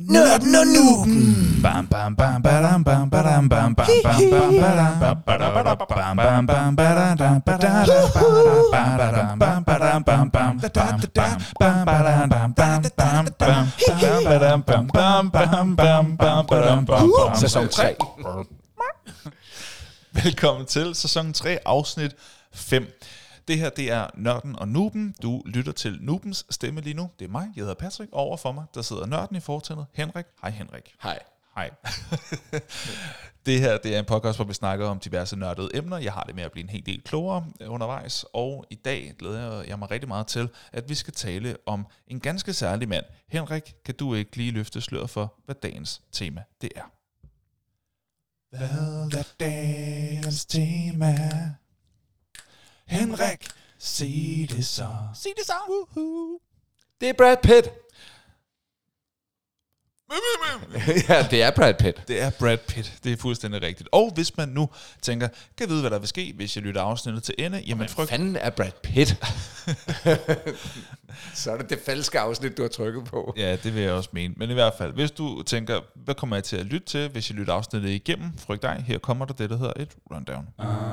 Nørden og Nuben. Sæson 3. Velkommen til sæson 3, afsnit 5. Det her, det er Nørden og Nuben. Du lytter til Nubens stemme lige nu. Det er mig, jeg hedder Patrick. Over for mig, der sidder Nørden i fortændet. Henrik. Hej Henrik. Hej. Hej. Det her, det er en podcast, hvor vi snakker om diverse nørdede emner. Jeg har det med at blive en hel del klogere undervejs. Og i dag glæder jeg mig rigtig meget til, at vi skal tale om en ganske særlig mand. Henrik, kan du ikke lige løfte sløret for, hvad dagens tema det er? Hvad er dagens tema? Henrik, sig det så. Sig det så. Det er Brad Pitt. Ja, det er Brad Pitt. Det er Brad Pitt, det er fuldstændig rigtigt. Og hvis man nu tænker, kan jeg vide, hvad der vil ske, hvis jeg lytter afsnittet til ende? Jamen, Hvad fanden er Brad Pitt? Så er det falske afsnit, du har trykket på. Ja, det vil jeg også mene. Men i hvert fald, hvis du tænker, hvad kommer jeg til at lytte til, hvis jeg lytter afsnittet igennem? Frygt dig, her kommer der det, der hedder et rundown.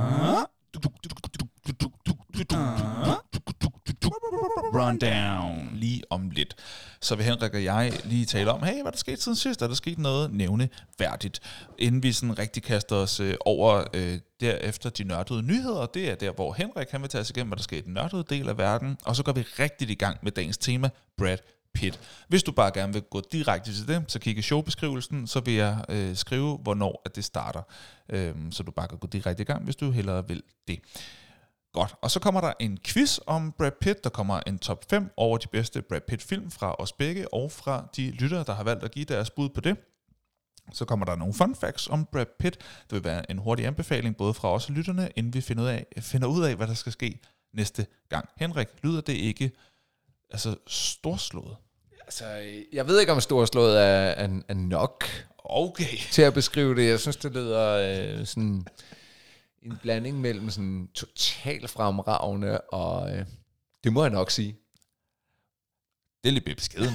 Rundown. Lige om lidt. Så vil Henrik og jeg lige tale om, hey, hvad der skete siden sidst? Er der sket noget nævneværdigt? Inden vi sådan rigtig kaster os over derefter de nørdede nyheder. Det er der, hvor Henrik han vil tage os igennem, hvad der skete i den nørdede del af verden. Og så går vi rigtig i gang med dagens tema, Brad Pitt. Hvis du bare gerne vil gå direkte til det, så kig i showbeskrivelsen, så vil jeg skrive, hvornår at det starter. Så du bare kan gå direkte i gang, hvis du hellere vil det. Godt, og så kommer der en quiz om Brad Pitt. Der kommer en top 5 over de bedste Brad Pitt-film fra os begge, og fra de lyttere, der har valgt at give deres bud på det. Så kommer der nogle fun facts om Brad Pitt. Det vil være en hurtig anbefaling, både fra os og lytterne, inden vi finder ud af, hvad der skal ske næste gang. Henrik, lyder det ikke storslået? Altså, jeg ved ikke, om storslået er nok Okay. til at beskrive det. Jeg synes, det lyder sådan en blanding mellem sådan totalt fremragende og det må jeg nok sige. Det er lidt beskeden.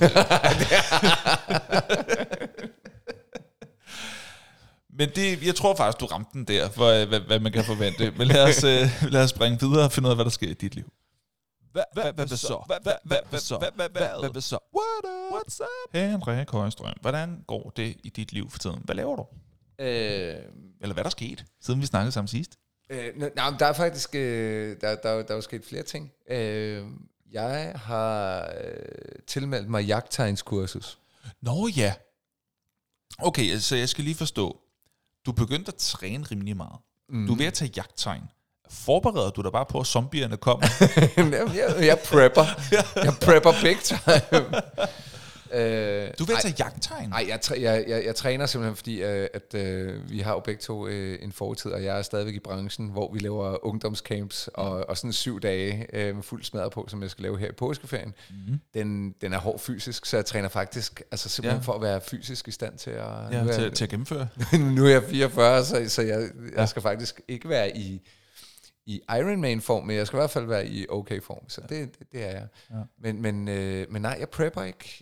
Men jeg tror faktisk, du ramte den der, for hvad man kan forvente. Men lad os springe videre og finde ud af, hvad der sker i dit liv. Hvad så? Hvad så? What's up? Henrik Højstrøm, hvordan går det i dit liv for tiden? Hvad laver du? Eller hvad der sket, siden vi snakkede sammen sidst? Der er faktisk der er sket flere ting. Jeg har tilmeldt mig jagttegnskursus. Nå ja. Okay, så jeg skal lige forstå. Du begyndte at træne rimelig meget. Du er ved at tage jagttegn. Forbereder du dig bare på, at zombierne kommer? Jeg prepper. Jeg prepper big time. Du er ved at tage jagttegn? Nej, jeg træner simpelthen, fordi at vi har jo begge to en fortid, og jeg er stadigvæk i branchen, hvor vi laver ungdomscamps, og sådan 7 dage med fuld smadret på, som jeg skal lave her i påskeferien. Den er hård fysisk, så jeg træner faktisk simpelthen for at være fysisk i stand til at... til at gennemføre. Nu er jeg 44, så jeg skal faktisk ikke være i Ironman-form, men jeg skal i hvert fald være i okay-form, så det er jeg. Ja. Men nej, jeg prepper ikke.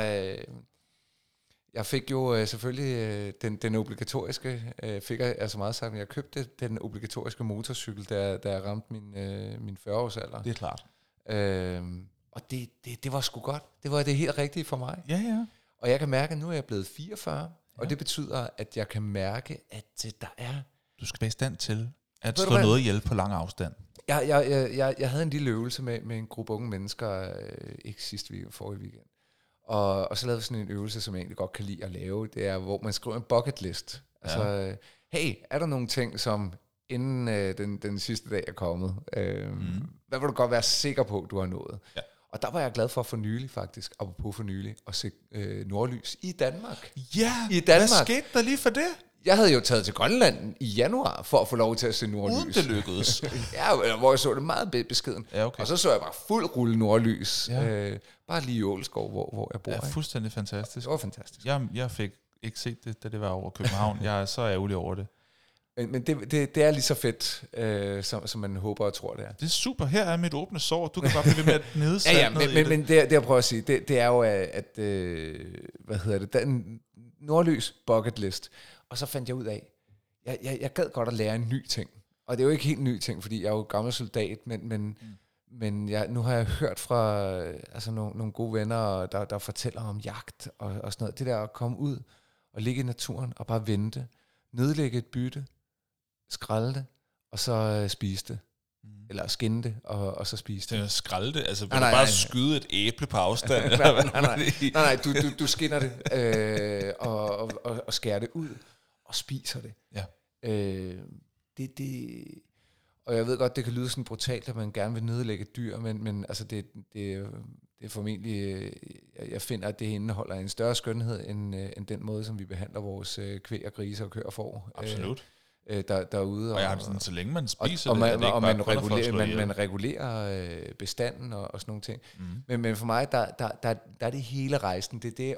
Jeg fik jo selvfølgelig den obligatoriske, fik jeg altså meget sagt, men jeg købte den obligatoriske motorcykel, da jeg ramte min 40-års alder. Det er klart. Og det var sgu godt. Det var det helt rigtige for mig. Ja. Og jeg kan mærke, at nu er jeg blevet 44, og det betyder, at jeg kan mærke, at der er... Du skal være i stand til at slå noget ihjel på lang afstand. Jeg havde en lille øvelse med en gruppe unge mennesker, ikke sidste weekend, forrige weekend. Og så lavede vi sådan en øvelse, som jeg egentlig godt kan lide at lave. Det er, hvor man skriver en bucket list. Altså, hey, er der nogle ting, som inden den sidste dag er kommet, hvad vil du godt være sikker på, du har nået? Ja. Og der var jeg glad for nylig faktisk, apropos for nylig, at se nordlys i Danmark. Ja, i Danmark. Hvad skete der lige for det? Jeg havde jo taget til Grønland i januar for at få lov til at se nordlys. Uden det lykkedes. Ja, hvor jeg så det meget beskeden. Ja, okay. Og så jeg bare fuld rulle nordlys. Ja. Bare lige i Ålskov, hvor jeg bor. Ja, fuldstændig fantastisk. Det var fantastisk. Jeg fik ikke set det, da det var over København. Jeg er så ærgerlig over det. Men det er lige så fedt, som man håber og tror, det er. Det er super. Her er mit åbne sår. Du kan bare blive ved med at nedsætte men det jeg prøver at sige, det er jo, at den Nordlys bucket list. Og så fandt jeg ud af, jeg gad godt at lære en ny ting. Og det er jo ikke helt ny ting, fordi jeg er jo gammel soldat, men nu har jeg hørt fra nogle gode venner, der fortæller om jagt og sådan noget. Det der at komme ud og ligge i naturen og bare vente, nedlægge et bytte, skralde det, og så spise det. Eller skinne det, og så spise det. Det er skralde det? Altså, vil du bare skyde et æble på afstand? nej, du skinner det, og skærer det ud, og spiser det. Ja. Og jeg ved godt, det kan lyde sådan brutalt, at man gerne vil nedlægge et dyr, men altså det er formentlig, jeg finder, at det indeholder en større skønhed, end den måde, som vi behandler vores kvæg og grise og køer og får. Absolut. Derude. Og jeg har sådan, så længe man spiser og det, man regulerer bestanden og sådan nogle ting. Men for mig, der er det hele rejsen. Det er det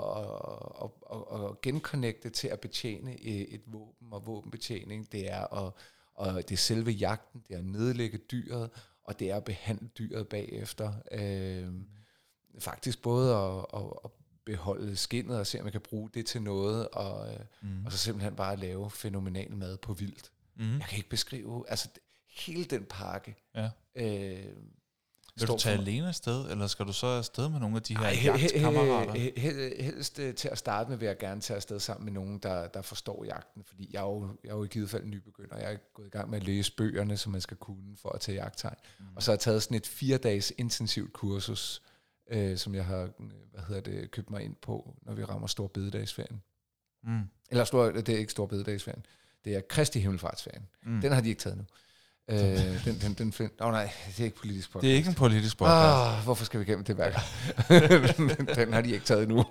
at genconnecte til at betjene et våben og våbenbetjening. Det er og det er selve jagten, det er at nedlægge dyret, og det er at behandle dyret bagefter. Faktisk både at beholde skindet og se, om man kan bruge det til noget, og så simpelthen bare lave fænomenal mad på vildt. Jeg kan ikke beskrive, altså hele den pakke. Ja. Vil du tage alene afsted, eller skal du så afsted med nogle af de her jagtkammerater? Helst til at starte med vil jeg gerne tage afsted sammen med nogen, der forstår jagten, fordi jeg er jo i givet fald nybegynder. Jeg er gået i gang med at læse bøgerne, som man skal kunne for at tage jagttegn. Og så har jeg taget sådan et 4-dages intensivt kursus, som jeg har købt mig ind på, når vi rammer Stor Bededagsferien. Eller det er ikke Stor Bededagsferien. Det er Kristi Himmelfartsferien. Den har de ikke taget nu. Den film. Nej, det er ikke politisk podcast. Det er ikke en politisk podcast. Hvorfor skal vi gennem det hver gang? Den har de ikke taget nu.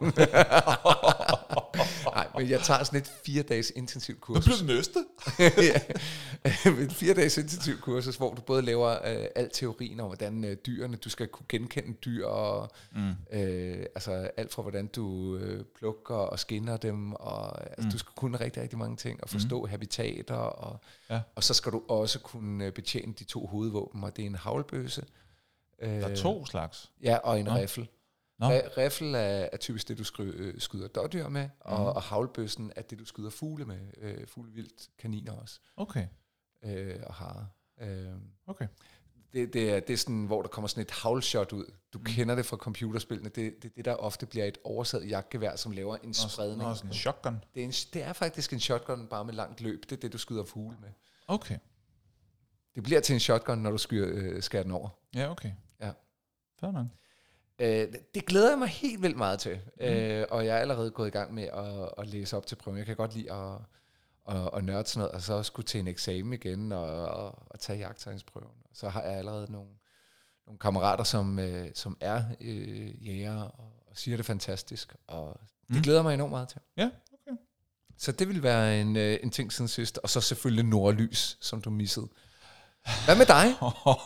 Nej, men jeg tager sådan et 4-dages intensivt kursus. Hvad bliver det næste? Et 4-dages intensivt kursus, hvor du både laver al teorien om, hvordan dyrene, du skal kunne genkende dyr, og altså alt fra hvordan du plukker og skinner dem, og du skal kunne rigtig, rigtig mange ting, og forstå habitater, og så skal du også kunne betjene de 2 hovedvåben, og det er en haglbøsse. Der er 2 slags? Ja, og en riffel. Riffel er typisk det, du skyder dårdyr med, og haglbøssen er det, du skyder fugle med. Fuglevildt, kaniner også. Okay. Og harer. Okay. Det er sådan, hvor der kommer sådan et haglshot ud. Du kender det fra computerspillene. Det der ofte bliver et oversat jagtgevær, som laver en spredning. Sådan en shotgun? Det er faktisk en shotgun, bare med langt løb. Det er det, du skyder fugle med. Okay. Det bliver til en shotgun, når du skærer den over. Ja, okay. Ja. Fair nok. Det glæder jeg mig helt vildt meget til, og jeg er allerede gået i gang med at læse op til prøven. Jeg kan godt lide at nørde sådan noget, og så også skulle til en eksamen igen og tage jagttegnsprøven. Så har jeg allerede nogle kammerater, som er jæger og siger det fantastisk, og det glæder mig enormt meget til. Ja, okay. Så det vil være en ting siden sidst, og så selvfølgelig Nordlys, som du missede. Hvad med dig?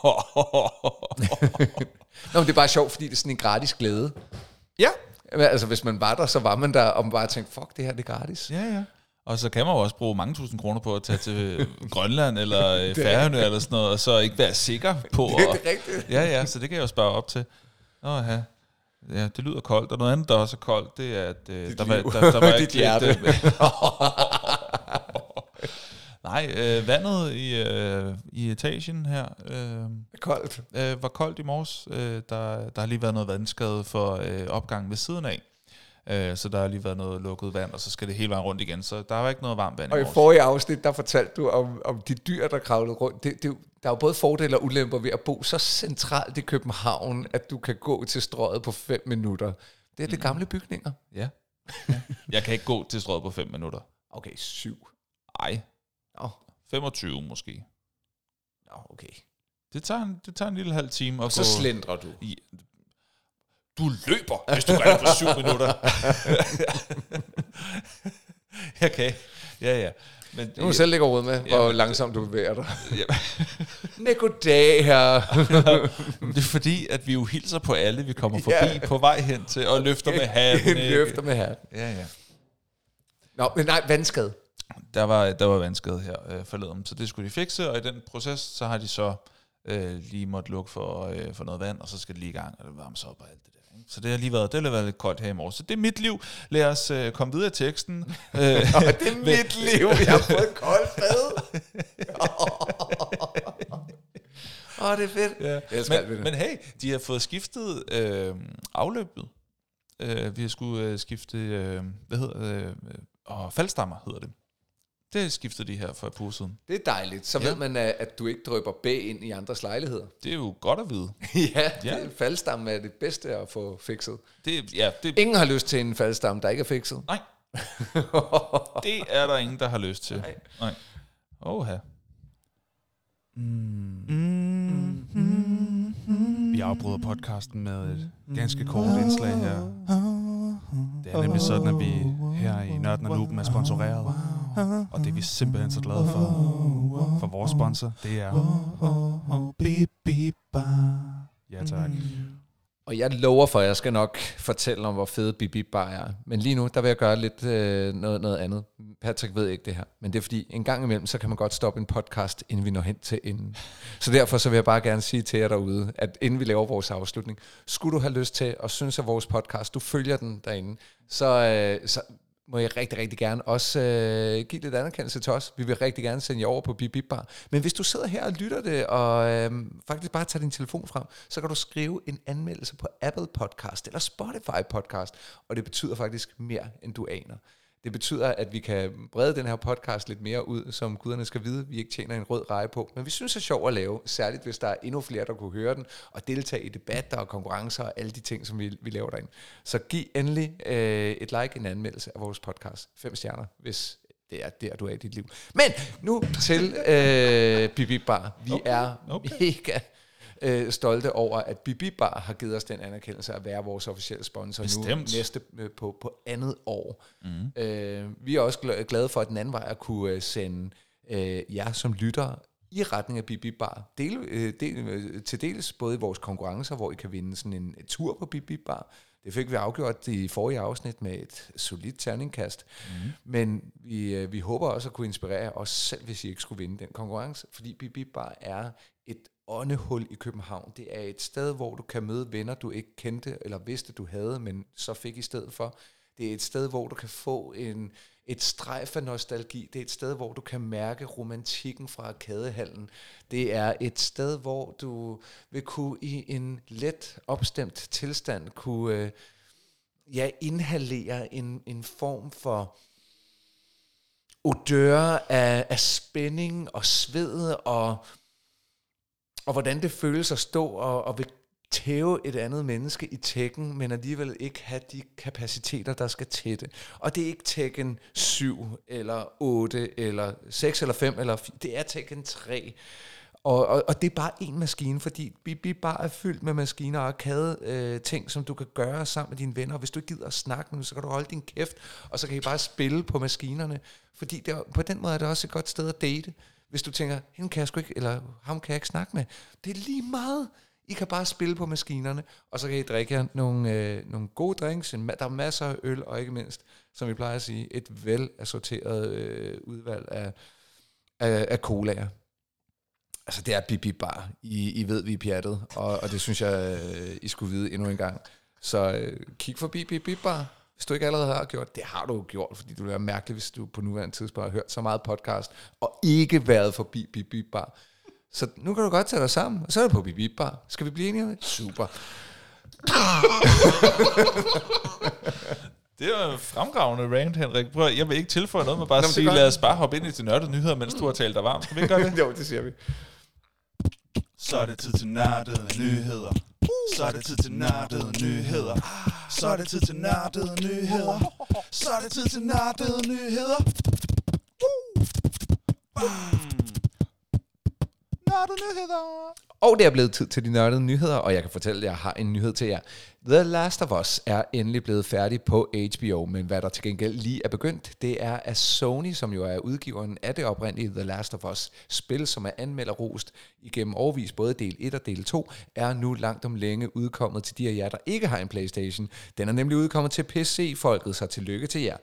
Nå, men det er bare sjovt, fordi det er sådan en gratis glæde. Ja. Altså, hvis man var der, så var man der, og man bare tænkte, fuck, det her det er gratis. Ja. Og så kan man jo også bruge mange tusind kroner på at tage til Grønland eller Færøerne eller sådan noget, og så ikke være sikker på. Det er rigtigt. Ja, så det kan jeg jo spare op til. Ja, det lyder koldt, og noget andet, der også er koldt, det er, at der var dit hjerte. Nej, vandet i etagen her koldt. Var koldt i morges. Der har lige været noget vandskade for opgangen ved siden af. Så der har lige været noget lukket vand, og så skal det hele vejen rundt igen. Så der var ikke noget varmt vand i morges. Og i forrige afsnit, der fortalte du om de dyr, der kravlede rundt. Der er jo både fordele og ulemper ved at bo så centralt i København, at du kan gå til Strøget på 5 minutter. Det er det gamle bygninger. Ja. Jeg kan ikke gå til Strøget på 5 minutter. Okay, 7. Ej. Nå. 25 måske. Nå, okay. Det tager en lille halv time. Og så slendrer du. Du løber, hvis du gør det på 7 minutter. Jeg kan. Ja. Men du må selv lægge råd med, hvor langsomt du bevæger dig. Ja. Goddag her. Det er fordi, at vi jo hilser på alle, vi kommer forbi på vej hen til, og løfter med hatten. Løfter med hatten. Ja. Nå, men nej, vandskade. Der var vandskade her forleden, så det skulle de fikse, og i den proces, så har de så lige måtte lukke for noget vand, og så skal det lige i gang, og det varmes op og alt det der. Ikke? Så det har lige været lidt koldt her i morgen. Så det er mit liv. Lad os komme videre i teksten. Det er mit liv. Jeg har fået koldt bad. Det er fedt. Ja. Men hey, de har fået skiftet afløbet. Vi har skulle skifte, faldstammer hedder det. Det skiftede de her for et par uger siden. Det er dejligt. Så ved man, at du ikke drypper bag ind i andres lejligheder. Det er jo godt at vide. Faldstammen er det bedste at få fikset. Det ingen har lyst til en faldstamme, der ikke er fikset. Nej. Det er der ingen, der har lyst til. Nej. Oha. Vi afbryder podcasten med et ganske kort indslag her. Det er nemlig sådan, at vi her i Nørden og Nuben er sponsoreret. Og det er vi simpelthen så glade for vores sponsor. Det er Bip Bip Bar. Ja, tak. Og jeg lover for, at jeg skal nok fortælle om, hvor fede Bip Bip Bar er. Men lige nu, der vil jeg gøre lidt noget andet. Patrick ved ikke det her. Men det er fordi, en gang imellem, så kan man godt stoppe en podcast, inden vi når hen til enden. Så derfor så vil jeg bare gerne sige til jer derude, at inden vi laver vores afslutning, skulle du have lyst til at synes af vores podcast, du følger den derinde, så må jeg rigtig, rigtig gerne også give lidt anerkendelse til os. Vi vil rigtig gerne sende jer over på Bip Bip Bar. Men hvis du sidder her og lytter det, og faktisk bare tager din telefon frem, så kan du skrive en anmeldelse på Apple Podcast eller Spotify Podcast, og det betyder faktisk mere, end du aner. Det betyder, at vi kan brede den her podcast lidt mere ud, som guderne skal vide, vi ikke tjener en rød reje på. Men vi synes, det er sjovt at lave, særligt hvis der er endnu flere, der kunne høre den, og deltage i debatter og konkurrencer og alle de ting, som vi laver derinde. Så giv endelig et like, en anmeldelse af vores podcast. 5 stjerner, hvis det er der, du er i dit liv. Men nu til Bip Bip Bar. Vi er mega stolte over, at Bip Bip Bar har givet os den anerkendelse at være vores officielle sponsor. Bestemt. Nu næste på andet år. Vi er også glade for, at den anden vej at kunne sende jer som lyttere i retning af Bip Bip Bar. Til dels både i vores konkurrencer, hvor I kan vinde sådan en tur på Bip Bip Bar. Det fik vi afgjort i forrige afsnit med et solidt terningkast. Men vi håber også at kunne inspirere os selv, hvis I ikke skulle vinde den konkurrence. Fordi Bip Bip Bar er et åndehul i København. Det er et sted, hvor du kan møde venner, du ikke kendte eller vidste, du havde, men så fik i stedet for. Det er et sted, hvor du kan få et strejf af nostalgi. Det er et sted, hvor du kan mærke romantikken fra Arkadehallen. Det er et sted, hvor du vil kunne i en let opstemt tilstand kunne inhalere en form for odør af spænding og sved og hvordan det føles at stå og vil tæve et andet menneske i Tekken, men alligevel ikke have de kapaciteter, der skal til det. Og det er ikke Tekken 7, eller 8, eller 6, eller 5, eller 4. Det er Tekken 3. Og det er bare én maskine, fordi Bip Bip Bar er fyldt med maskiner og arkade ting, som du kan gøre sammen med dine venner. Og hvis du ikke gider at snakke med dem, så kan du holde din kæft, og så kan I bare spille på maskinerne. Fordi på den måde er det også et godt sted at date. Hvis du tænker, hende kan jeg sgu ikke, eller ham kan jeg ikke snakke med. Det er lige meget. I kan bare spille på maskinerne, og så kan I drikke jer nogle gode drinks. Der er masser af øl, og ikke mindst, som vi plejer at sige, et velassorteret udvalg af colaer. Altså, det er Bip Bip Bar. I ved, vi er pjattet, og det synes jeg, I skulle vide endnu en gang. Så kig forbi Bip Bip Bar. Hvis du ikke allerede har gjort, det har du gjort, fordi det ville være mærkeligt, hvis du på nuværende tidspunkt har hørt så meget podcast, og ikke været forbi Bip Bip Bar. Så nu kan du godt tage dig sammen, og så er det på Bip Bip Bar. Skal vi blive enige om det? Super. Det er en fremragende rant, Henrik. Prøv, jeg vil ikke tilføje noget, men bare sige, lad os bare hoppe ind i de nørdede nyheder, mens du har talt dig varmt. Skal vi ikke gøre det? Jo, det siger vi. Så er det tid til nørdede nyheder. Så er det tid til nørdede nyheder. Så er det tid til nørdede nyheder. Så er det tid til nørdede nyheder. Nørdede nyheder. Og det er blevet tid til de nørdede nyheder, og jeg kan fortælle, at jeg har en nyhed til jer. The Last of Us er endelig blevet færdig på HBO, men hvad der til gengæld lige er begyndt, det er at Sony, som jo er udgiveren af det oprindelige The Last of Us spil, som er anmelderrost igennem årvis, både del 1 og del 2, er nu langt om længe udkommet til de af jer, der ikke har en PlayStation. Den er nemlig udkommet til PC-folket, så tillykke til jer.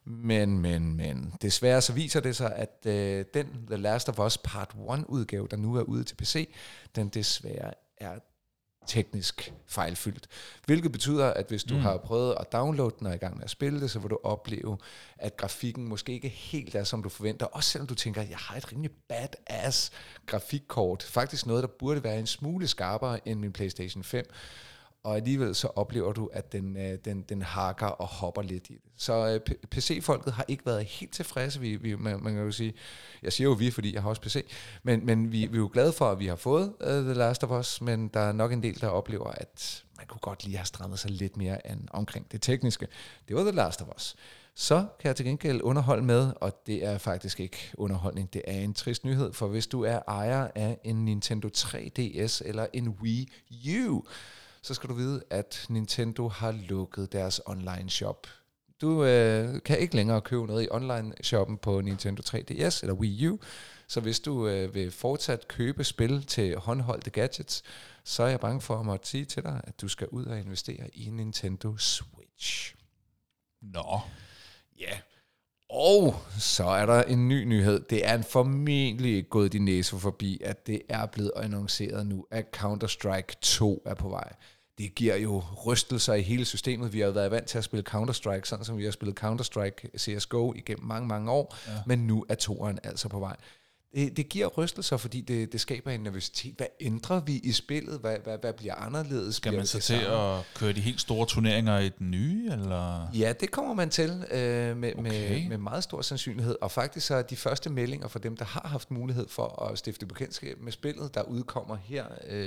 Men. Desværre så viser det sig, at den The Last of Us Part 1-udgave, der nu er ude til PC, den desværre er teknisk fejlfyldt. Hvilket betyder, at hvis du har prøvet at downloade den og er i gang med at spille det, så vil du opleve, at grafikken måske ikke helt er, som du forventer. Også selvom du tænker, at jeg har et rimelig badass grafikkort. Faktisk noget, der burde være en smule skarpere end min PlayStation 5. Og alligevel så oplever du, at den hakker og hopper lidt i det. Så PC-folket har ikke været helt tilfredse. Man kan jo sige, jeg siger jo vi, fordi jeg har også PC, men vi er jo glade for, at vi har fået The Last of Us, men der er nok en del, der oplever, at man kunne godt lige have strammet sig lidt mere an omkring det tekniske. Det var The Last of Us. Så kan jeg til gengæld underholde med, og det er faktisk ikke underholdning, det er en trist nyhed, for hvis du er ejer af en Nintendo 3DS eller en Wii U, så skal du vide, at Nintendo har lukket deres online shop. Du kan ikke længere købe noget i online shoppen på Nintendo 3DS eller Wii U, så hvis du vil fortsat købe spil til håndholdte gadgets, så er jeg bange for at måtte sige til dig, at du skal ud og investere i Nintendo Switch. Nå. Ja. Og så er der en ny nyhed. Det er formentlig gået din næse forbi, at det er blevet annonceret nu, at Counter-Strike 2 er på vej. Det giver jo rystelser i hele systemet. Vi har jo været vant til at spille Counter-Strike, sådan som vi har spillet Counter-Strike CSGO igennem mange, mange år. Ja. Men nu er toeren altså på vej. Det giver rystelser, fordi det skaber en nervøsitet. Hvad ændrer vi i spillet? Hvad bliver anderledes? Skal man så til at køre de helt store turneringer i den nye? Eller? Ja, det kommer man til med meget stor sandsynlighed. Og faktisk så er de første meldinger for dem, der har haft mulighed for at stifte bekendtskab med spillet, der udkommer her...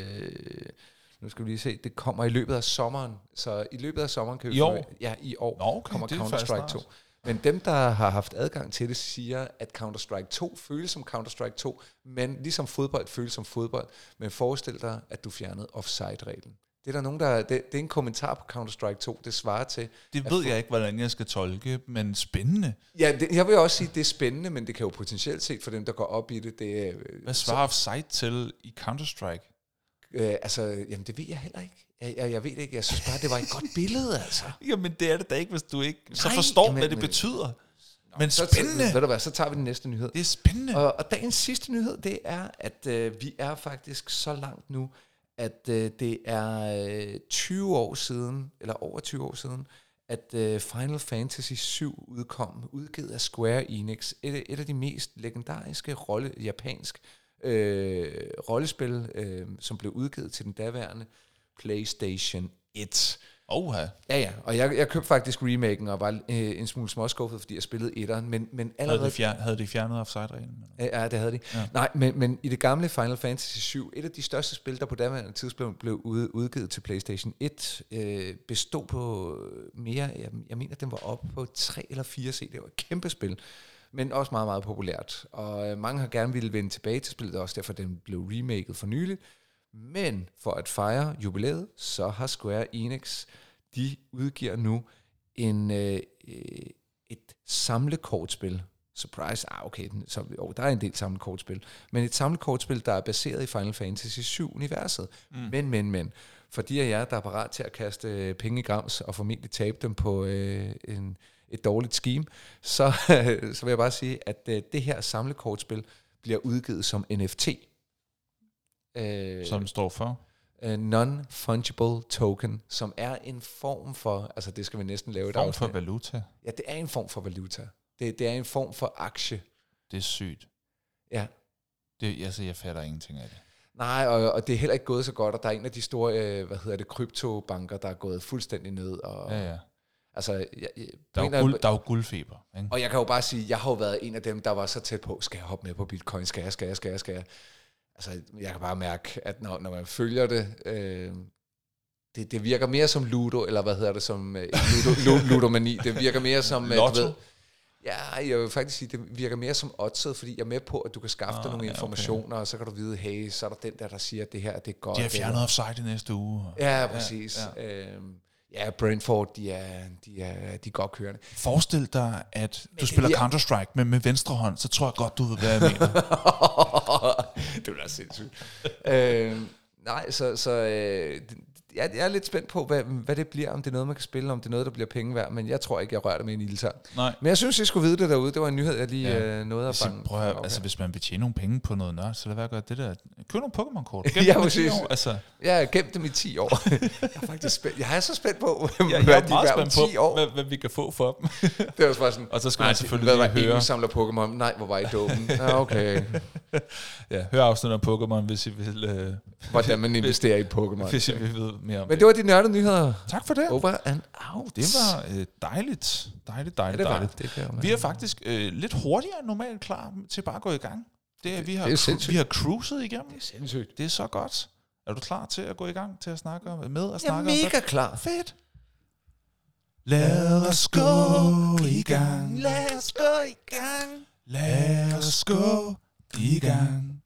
nu skal vi lige se, det kommer i løbet af sommeren. Så i løbet af sommeren kan vi i år kommer Counter-Strike 2. Men dem, der har haft adgang til det, siger, at Counter-Strike 2 føles som Counter-Strike 2, men ligesom fodbold føles som fodbold. Men forestil dig, at du fjernede offside-reglen. Det er der nogen, det er en kommentar på Counter-Strike 2, det svarer til... Det ved jeg ikke, hvordan jeg skal tolke, men spændende. Ja, jeg vil også sige, at det er spændende, men det kan jo potentielt set for dem, der går op i det... Hvad svarer offside til i Counter-Strike? Jamen det ved jeg heller ikke. Jeg ved det ikke. Jeg synes bare, det var et godt billede, altså. Jamen det er det da ikke, hvis du ikke så forstår, hvad det betyder. Men spændende. Ved du hvad, så tager vi den næste nyhed. Det er spændende. Og dagens sidste nyhed, det er, at vi er faktisk så langt nu, at det er 20 år siden, eller over 20 år siden, at Final Fantasy 7 udkom, udgivet af Square Enix. Et af de mest legendariske japansk rollespil, som blev udgivet til den daværende PlayStation 1. Oha. Ja, og jeg købte faktisk remaken og var en smule småskuffet, fordi jeg spillede 1'eren, men allerede... Havde de fjernet offside-reglen? Ja, det havde de. Ja. Nej, men i det gamle Final Fantasy 7, et af de største spil, der på daværende tidspunkt blev udgivet til PlayStation 1, bestod på mere, jeg mener, den var oppe på 3 eller 4 CD. Det var et kæmpe spil, men også meget, meget populært. Og mange har gerne ville vende tilbage til spillet, også derfor den blev remaket for nyligt. Men for at fejre jubilæet, så har Square Enix, de udgiver nu et samlekortspil. Surprise, okay, der er en del samlekortspil. Men et samlekortspil, der er baseret i Final Fantasy 7-universet. Men, for de af jer, der er parat til at kaste penge i grams og formentlig tabe dem på et dårligt scheme, så vil jeg bare sige, at det her samlekortspil bliver udgivet som NFT. Som står for? Non-fungible token, som er en form for, altså det skal vi næsten lave et afsnit. Form for valuta? Ja, det er en form for valuta. Det er en form for aktie. Det er sygt. Ja. Jeg fatter ingenting af det. Nej, og det er heller ikke gået så godt, og der er en af de store, kryptobanker, der er gået fuldstændig ned. Og, ja. Altså, der er jo guldfeber. Ikke? Og jeg kan jo bare sige, jeg har jo været en af dem, der var så tæt på, skal jeg hoppe med på Bitcoin, skal jeg. Altså, jeg kan bare mærke, at når man følger det, det virker mere som ludo, eller hvad hedder det, som ludomani. Det virker mere som... Lotto? Ja, jeg vil faktisk sige, det virker mere som oddset, fordi jeg er med på, at du kan skaffe dig nogle informationer, og så kan du vide, hey, så er der den der siger, at det her det er godt. De har fjernet offside i næste uge. Ja, præcis. Ja. Brentford, de er godt kørende. Forestil dig, at du spiller Counter-Strike, men med venstre hånd, så tror jeg godt, du ved, hvad jeg mener. Det er da sindssygt. Nej, så jeg er lidt spændt på, hvad det bliver, om det er noget, man kan spille, om det er noget, der bliver penge værd, men jeg tror ikke, jeg rører det med en ildtang. Nej. Men jeg synes, I skulle vide det derude. Det var en nyhed, jeg lige nåede at fange. Prøv at høre, altså hvis man vil tjene nogle penge på noget nørd, så lad være godt det der. Køb nogle Pokémon-kort. Ja, præcis. Altså. Jeg har gemt dem i 10 år. Jeg er så spændt på, jeg er meget spændt på, 10 år. Hvad vi kan få for dem. Det er også bare sådan, og så skal man selvfølgelig lige høre. Samler Pokémon. Nej, hvor var I dumme. Okay. Ja, hør afsnit om Pokémon, hvis I vil... hvordan man investerer i Pokémon. Hvis I vil vide mere om Men det var de nørdede nyheder. Tak for det. Over and out. Det var dejligt. Vi er faktisk lidt hurtigere end normalt klar til bare at gå i gang. Vi har cruiset igennem. Det er sindssygt. Det er så godt. Er du klar til at gå i gang til at snakke med og snakke om det? Jeg er mega klar. Fedt. Lad os gå i gang. Lad os gå i gang. Lad os gå i gang.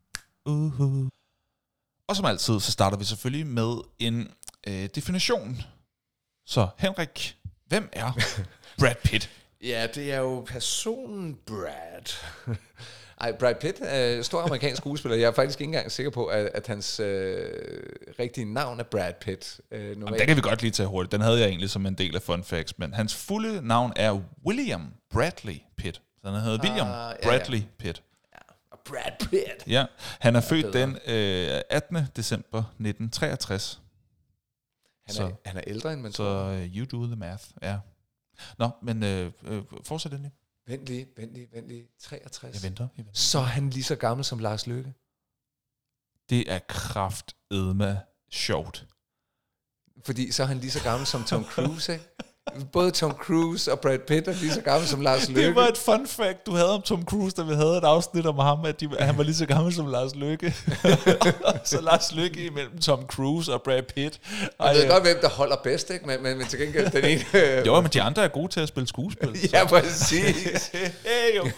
Og som altid, så starter vi selvfølgelig med en definition. Så Henrik, hvem er Brad Pitt? Ja, det er jo personen Brad. Brad Pitt er stor amerikansk skuespiller. Jeg er faktisk ikke engang sikker på, at hans rigtige navn er Brad Pitt. Jamen, den kan vi godt lige tage hurtigt. Den havde jeg egentlig som en del af fun facts. Men hans fulde navn er William Bradley Pitt. Så han hedder William Bradley Pitt. Brad Pitt. Ja, han er født den 18. december 1963. Han er ældre end man tror. Så you do the math, ja. Nå, men fortsæt endelig. Vent lige. 63. Jeg venter. Så er han lige så gammel som Lars Løkke. Det er kraftedme sjovt. Fordi så er han lige så gammel som Tom Cruise, ikke? Både Tom Cruise og Brad Pitt er lige så gammel som Lars Løkke. Det var et fun fact, du havde om Tom Cruise, da vi havde et afsnit om ham, at han var lige så gammel som Lars Løkke. Så Lars Løkke imellem Tom Cruise og Brad Pitt. Jeg ved godt, hvem der holder bedst, ikke? Men til gengæld den ene... Jo, men de andre er gode til at spille skuespil. Ja, præcis. Hey, jo.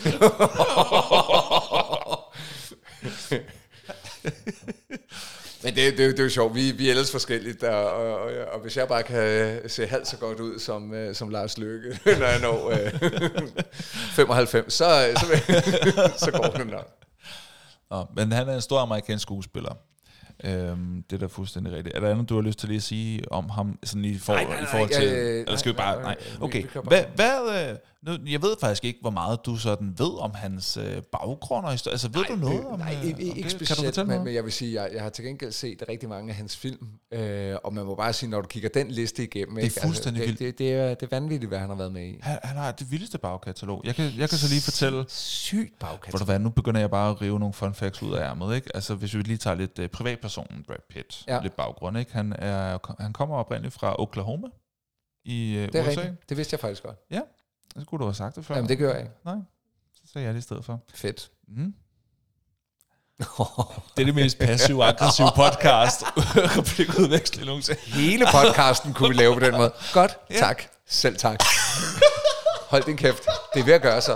Men det er jo sjovt. Vi er ellers forskelligt, og hvis jeg bare kan se halvt så godt ud som Lars Løkke, når jeg når 95, så går det nok. Nå, men han er en stor amerikansk skuespiller. Det er da fuldstændig rigtigt. Er der andet, du har lyst til lige at sige om ham, sådan i forhold til... Eller skal vi bare... Nej, okay. Hvad jeg ved faktisk ikke, hvor meget du sådan ved om hans baggrund og historie. Altså, ved du noget om... Nej, ikke specielt, men jeg vil sige, jeg har til gengæld set rigtig mange af hans film, og man må bare sige, når du kigger den liste igennem... Det er fuldstændig vildt. Det er vanvittigt, hvad han har været med i. Han har det vildeste bagkatalog. Jeg kan så lige fortælle... Sygt bagkatalog. Hvor nu begynder jeg bare at rive nogle fun facts ud af ærmet, ikke? Altså, hvis vi lige tager lidt privatpersonen Brad Pitt, lidt baggrund, ikke? Han kommer oprindeligt fra Oklahoma i USA. Det er rigtigt. Det vidste jeg faktisk godt. Ja. Så skulle du have sagt det før. Jamen, det gør jeg ikke. Nej, så sagde jeg det i stedet for. Fedt. Mm. Det er det mest passive-aggressive podcast. Replikudveksling nogensinde. Hele podcasten kunne vi lave på den måde. Godt, tak. Selv tak. Hold din kæft. Det er ved at gøre så.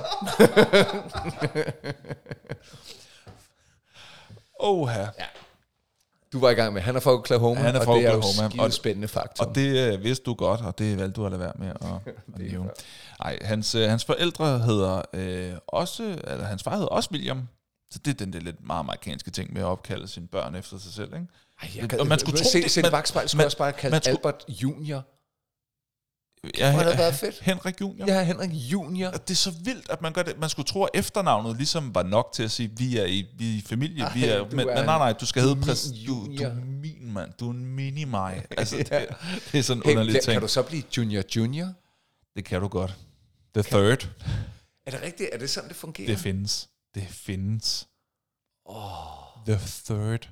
Oha. Ja. Du var i gang med. Han er fra Oklahoma, og det er jo skide spændende faktum. Og det vidste du godt, og det valgte du at lade være med at nævne. Nej, hans forældre hedder hans far hedder også William. Så det er den der lidt meget amerikanske ting med at opkalde sine børn efter sig selv, ikke? Og man skulle tro det. Selv Vaxspejl skulle også bare kalde Albert Junior. Ja, det havde været fedt. Henrik Junior. Ja, Henrik Junior. Det er så vildt, at man gør det. Man skulle tro, at efternavnet ligesom var nok til at sige, vi er i familie. Men nej, du skal hedde du er min mand. Du er en mini-mig. Altså, det er sådan en underlig ting. Kan du så blive Junior? Det kan du godt. The third. Er det rigtigt? Er det sådan, det fungerer? Det findes. The third.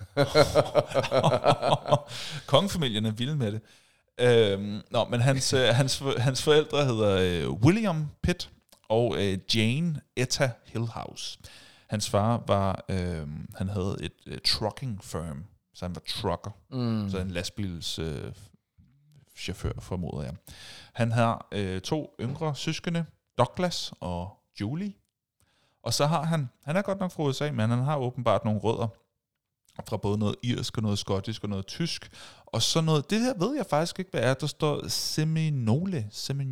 Kongefamilien er vilde med det. Men hans forældre hedder William Pitt og Jane Etta Hillhouse. Hans far var han havde et trucking firm, så han var trucker, så en lastbils chauffør, formoder jeg. Han har 2 yngre søskende, Douglas og Julie. Og så har han er godt nok fra USA, men han har åbenbart nogle rødder fra både noget irsk og noget skotsk og noget tysk. Og så noget, det her ved jeg faktisk ikke, hvad er. Der står Seminole.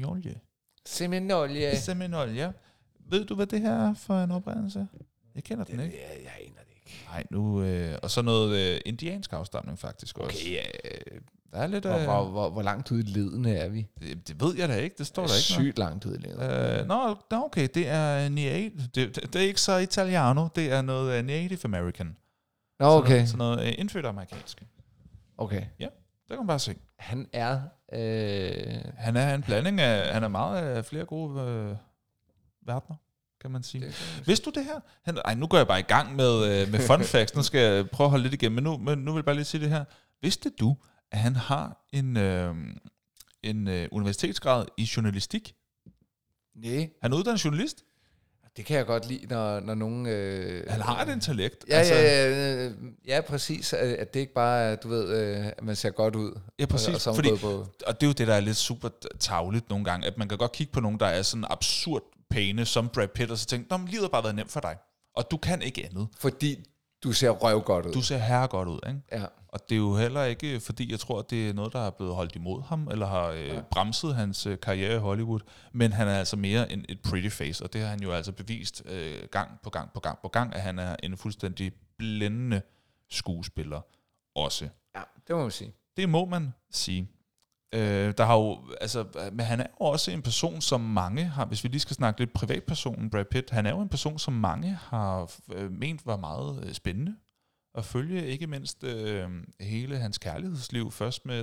Seminole, ja. Ved du, hvad det her er for en oprindelse? Jeg kender den ikke. Jeg aner det ikke. Nej, nu... og så noget indiansk afstamning faktisk også. Okay, Der er lidt... Hvor langt ude i ledene er vi? Det ved jeg da ikke, det står der ikke. Sygt langt ude i ledene. Nå, okay, det er det er ikke så italiano, det er noget Native American. Nå, okay. Sådan noget indfødt amerikansk. Okay. Ja, det kan man bare se. Han er... Han er en blanding af... Han er meget af flere gode verdener, kan man sige. Vidste du det her? Nu går jeg bare i gang med fun facts. Nu skal jeg prøve at holde lidt igennem, men nu vil jeg bare lige sige det her. Vidste du, at han har en universitetsgrad i journalistik? Nej. Han er uddannet journalist? Det kan jeg godt lide, når nogen... Han har et intellekt. Ja, præcis. At det ikke bare er, du ved, at man ser godt ud. Ja, præcis. Og det er jo det, der er lidt super tarveligt nogle gange, at man kan godt kigge på nogen, der er sådan absurd pæne, som Brad Pitt, og så tænke, men livet har bare været nemt for dig. Og du kan ikke andet. Fordi du ser røv godt ud. Du ser herre godt ud, ikke? Ja. Og det er jo heller ikke, fordi jeg tror, at det er noget, der er blevet holdt imod ham, eller har bremset hans karriere i Hollywood, men han er altså mere end et pretty face, og det har han jo altså bevist gang på gang, at han er en fuldstændig blændende skuespiller også. Ja, det må man sige. Det må man sige. Der har jo, altså, men han er jo også en person, som mange har, hvis vi lige skal snakke lidt privatpersonen, Brad Pitt, han er jo en person, som mange har ment var meget spændende at følge, ikke mindst hele hans kærlighedsliv, først med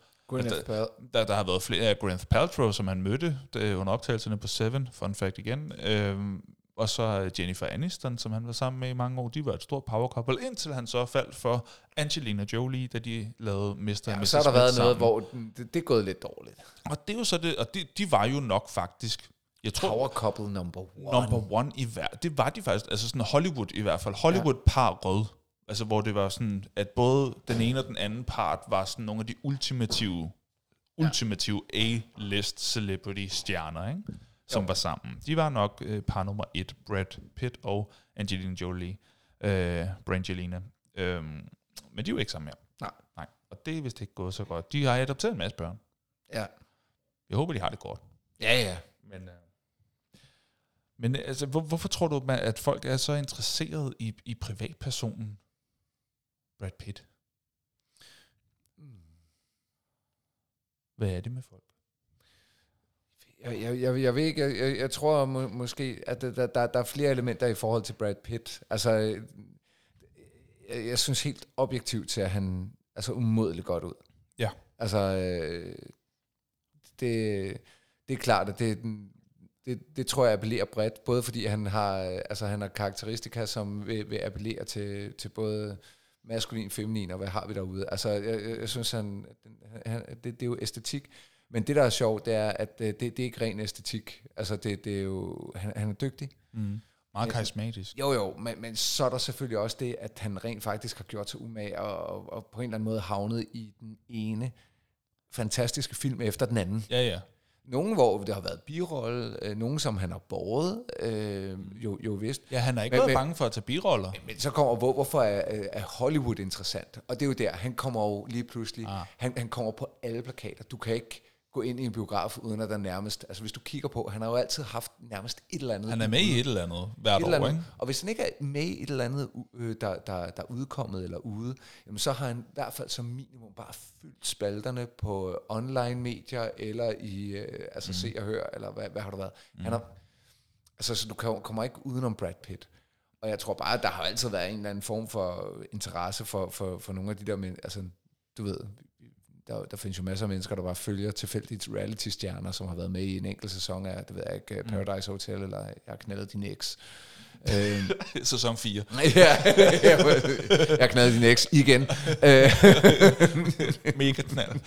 der har været flere af Gwyneth Paltrow, som han mødte under optagelserne på Seven, fun fact igen, og så Jennifer Aniston, som han var sammen med i mange år. De var et stort power couple, indtil han så faldt for Angelina Jolie, da de lavede Mr. Ja, så har der været noget, hvor det er gået lidt dårligt. Og det er jo så det, og de var jo nok faktisk, jeg tror, power couple number one i det var de faktisk, altså sådan Hollywood i hvert fald, Hollywood-par rød, altså hvor det var sådan, at både den ene og den anden part var sådan nogle af de ultimative A-list celebrity stjerner, ikke? Som var sammen. De var nok par nummer 1, Brad Pitt og Angelina Jolie, Brangelina. Men de er jo ikke sammen mere. Nej. Og det er vist ikke gået så godt. De har adopteret en masse børn. Ja. Jeg håber, de har det godt. Ja. Men altså, hvorfor tror du, at folk er så interesserede i privatpersonen Brad Pitt? Hvad er det med folk? Jeg ved ikke, jeg tror måske, at der er flere elementer i forhold til Brad Pitt. Altså, jeg synes helt objektivt til, at han er umådeligt godt ud. Ja. Altså, det er klart, at det tror jeg appellerer bredt, både fordi han har karakteristika, som vil appellere til både maskulin, feminin, og hvad har vi derude. Altså, jeg synes, det er jo æstetik. Men det, der er sjovt, det er, at det er ikke ren æstetik. Altså, det er jo... Han er dygtig. Mm. Meget karismatisk. Jo, men så er der selvfølgelig også det, at han rent faktisk har gjort sig umage, og på en eller anden måde havnet i den ene fantastiske film efter den anden. Ja. Nogle, hvor det har været birolle, nogle, som han har båret, jo vist. Ja, han er ikke været bange for at tage biroller. Men så kommer, hvorfor er Hollywood interessant? Og det er jo der, han kommer jo lige pludselig, han kommer på alle plakater. Du kan ikke gå ind i en biograf, uden at der nærmest, altså hvis du kigger på, han har jo altid haft nærmest et eller andet. Han er med i et eller andet hvert år, ikke? Og hvis han ikke er med i et eller andet, der er udkommet eller ude, jamen så har han i hvert fald som minimum bare fyldt spalterne på online-medier, eller i Se og Hør, eller hvad har der været. Han har, så du kommer ikke udenom Brad Pitt. Og jeg tror bare, at der har altid været en eller anden form for interesse for nogle af de der, altså du ved, der findes jo masser af mennesker, der bare følger tilfældigt reality-stjerner, som har været med i en enkelt sæson af, det ved jeg ikke, Paradise Hotel, eller Jeg har knaldet din eks. Sæson 4. Jeg har knaldet din eks igen. Mega knald.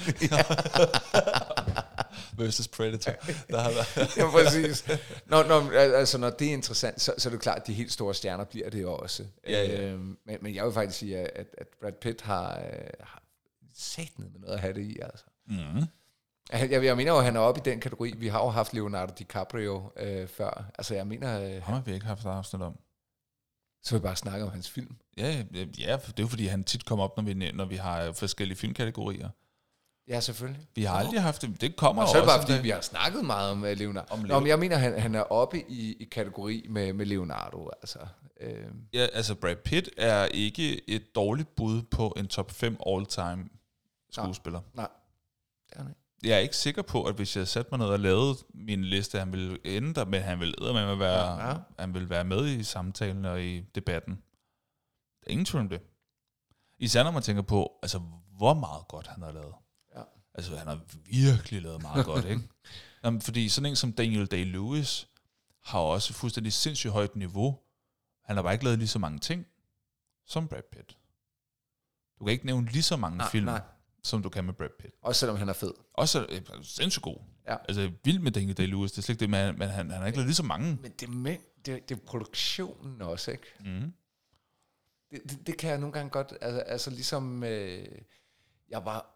Versus Predator. Der har været. Ja, præcis. Når det er interessant, så er det klart, at de helt store stjerner bliver det jo også. Ja. Men jeg vil faktisk sige, at Brad Pitt har satnet med noget at have det i, altså. Mm. Jeg mener jo, at han er oppe i den kategori. Vi har jo haft Leonardo DiCaprio før. Altså, jeg mener... Ham har vi ikke haft afsnit om. Så vi bare snakke om hans film. Ja, det er jo fordi, han tit kommer op, når vi har forskellige filmkategorier. Ja, selvfølgelig. Vi har aldrig haft det. Det kommer også. Og så er det bare, fordi vi har snakket meget om Leonardo. Men jeg mener, han er oppe i kategori med Leonardo, altså. Ja, altså Brad Pitt er ikke et dårligt bud på en top 5 all-time skuespiller. Nej. Det er han ikke. Jeg er ikke sikker på, at hvis jeg satte mig ned og lavede min liste, han ville ende der, men han ville han ville være med i samtalen og i debatten. Der er ingen tvivl om det. Især når man tænker på, altså, hvor meget godt han har lavet. Ja. Altså, han har virkelig lavet meget godt, ikke? Jamen, fordi sådan en som Daniel Day-Lewis har også fuldstændig sindssygt højt niveau. Han har bare ikke lavet lige så mange ting som Brad Pitt. Du kan ikke nævne lige så mange film, som du kan med Brad Pitt. Også selvom han er fed. Også sindssygt god. Ja. Altså, vild med Daniel Day-Lewis. Det er slet ikke det, men han har ikke lavet lige så mange. Men det er produktionen også, ikke? Mm. Det kan jeg nogle gange godt, altså ligesom, jeg var,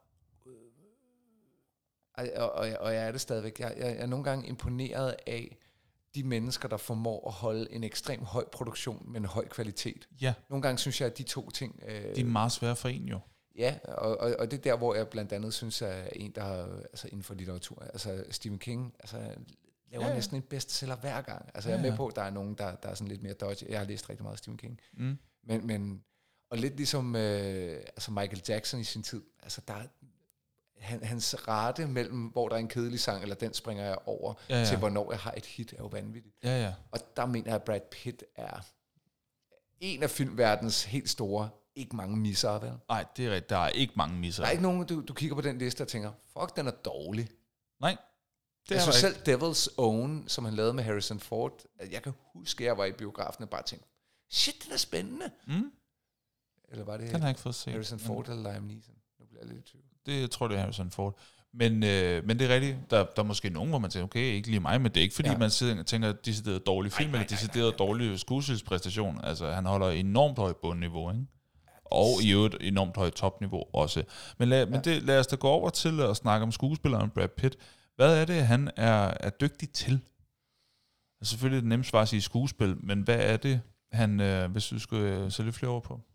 og jeg er det stadigvæk, jeg er nogle gange imponeret af de mennesker, der formår at holde en ekstrem høj produktion med en høj kvalitet. Ja. Nogle gange synes jeg, at de to ting... de er meget svære for en jo. Ja, og det er der, hvor jeg blandt andet synes, at en, der har, altså inden for litteratur, altså Stephen King, altså laver næsten en bestseller hver gang. Altså jeg er med på, at der er nogen, der er sådan lidt mere dodgy. Jeg har læst rigtig meget Stephen King. Mm. Men og lidt ligesom altså Michael Jackson i sin tid, altså der hans rate mellem, hvor der er en kedelig sang, eller den springer jeg over, til hvornår jeg har et hit, er jo vanvittigt. Ja. Og der mener jeg, at Brad Pitt er en af filmverdens helt store, ikke mange misser, vel? Nej, det er rigtigt. Der er ikke mange misser. Der er ikke nogen, du kigger på den liste og tænker, fuck, den er dårlig. Nej. Det er selv Devil's Own, som han lavede med Harrison Ford, jeg kan huske, at jeg var i biografen og bare tænkte, shit, det er spændende. Mm. Eller var det den har jeg ikke fået set. Harrison Ford eller Liam Neeson? Nu bliver jeg lidt i tvivl. Det tror jeg, det er Harrison Ford. Men det er rigtigt. Der er måske nogen, hvor man tænker, okay, ikke lige mig, men det er ikke fordi, man tænker, decideret dårlig film, eller decideret dårlig skuespilspræstation. Altså, han holder enormt højt bundniveau, ikke? Og i øvrigt enormt højt topniveau også. Men lad os da gå over til at snakke om skuespilleren Brad Pitt. Hvad er det, han er dygtig til? Altså, selvfølgelig er det nemt svar at sige skuespil, men hvad er det, han, hvis du skulle sætte lidt flere over på?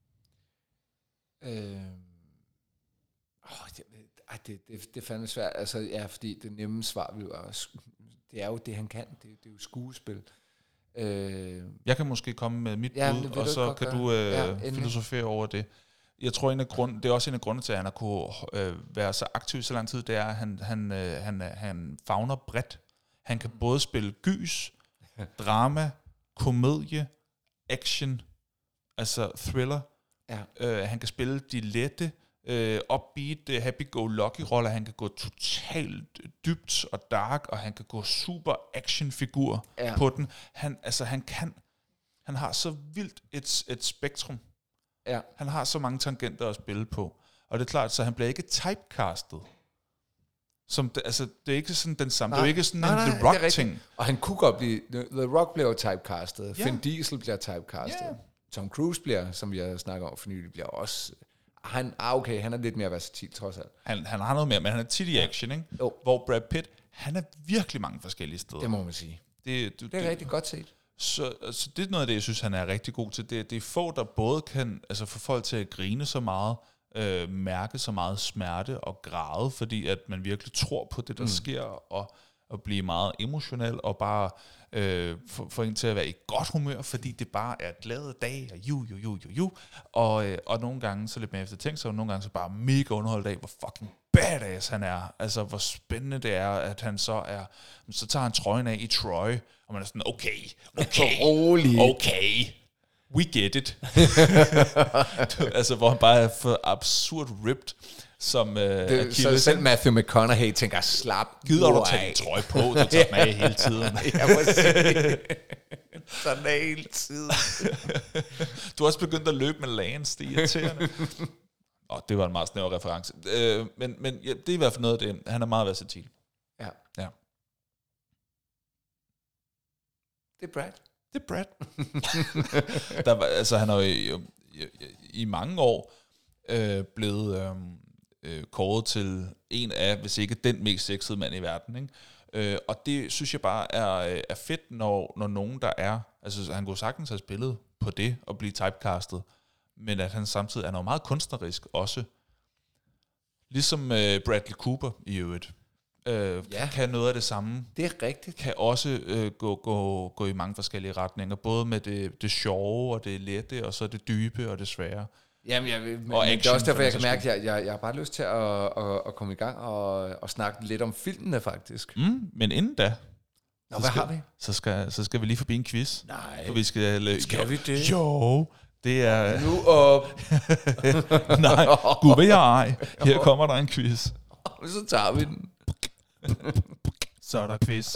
Det er fandme svært. Altså, ja, fordi det nemme svar vil være, det er jo det, han kan. Det er jo skuespil. Jeg kan måske komme med mit bud, og så kan du filosofere over det. Jeg tror, det er også en af grundene til, at han har kunne være så aktiv i så lang tid, det er, at han favner bredt. Han kan både spille gys, drama, komedie, action, altså thriller. Ja. Han kan spille de lette, upbeat, happy-go-lucky-roller. Han kan gå totalt dybt og dark, og han kan gå super action-figur på den. Han har så vildt et spektrum. Ja. Han har så mange tangenter at spille på. Og det er klart, så han bliver ikke typecastet. Det er ikke sådan den samme. Det er ikke sådan en The Rock-ting. Og han kunne godt blive... The Rock bliver jo typecastet. Finn Diesel bliver typecastet. Yeah. Tom Cruise bliver, som vi har snakket om for nylig, bliver også... Han er lidt mere versatil, trods alt. Han har noget mere, men han er tit i action, ikke? Jo. Hvor Brad Pitt, han er virkelig mange forskellige steder. Det må man sige. Det er rigtig godt set. Så det er noget af det, jeg synes, han er rigtig god til. Det er få, der både kan få folk til at grine så meget, mærke så meget smerte og græde, fordi at man virkelig tror på det, der sker, og blive meget emotionel, og bare få en til at være i godt humør, fordi det bare er glade dag, og og nogle gange så lidt mere eftertænkt, og nogle gange så bare mega underholdt af, hvor fucking badass han er. Altså, hvor spændende det er, at han så tager han trøjen af i Troy, og man er sådan, okay, we get it. Altså, hvor han bare er for absurd ripped, som så selv Matthew McConaughey tænker, slap. Gider du tage en trøje på, du tager den af hele tiden. Jeg må sige. Sådan er hele tiden. Du har også begyndt at løbe med Lance, det er irriterende. Det var en meget snæver reference. Men ja, det er i hvert fald noget af det. Han er meget versatil. Ja. Det er Brad. Det er Brad. Han har jo i mange år blevet kåret til en af, hvis ikke den mest sexede mand i verden, ikke? Og det synes jeg bare er fedt, når nogen der er, altså han kunne sagtens have spillet på det og blive typecastet, men at han samtidig er noget meget kunstnerisk også. Ligesom Bradley Cooper i øvrigt. Kan noget af det samme. Det er rigtigt. Kan også gå i mange forskellige retninger, både med det sjove og det lette, og så det dybe og det svære. Jamen, men Og det er action, også derfor, jeg for kan den mærke, at jeg har bare lyst til at komme i gang og snakke lidt om filmene, faktisk. Men inden da, Nå, hvad har vi? så skal vi lige forbi en quiz. Nej, For vi skal vi det? Jo, det er... Nu op. Nej, gud vil jeg ej. Her kommer der en quiz. Så tager vi den. Så er der quiz.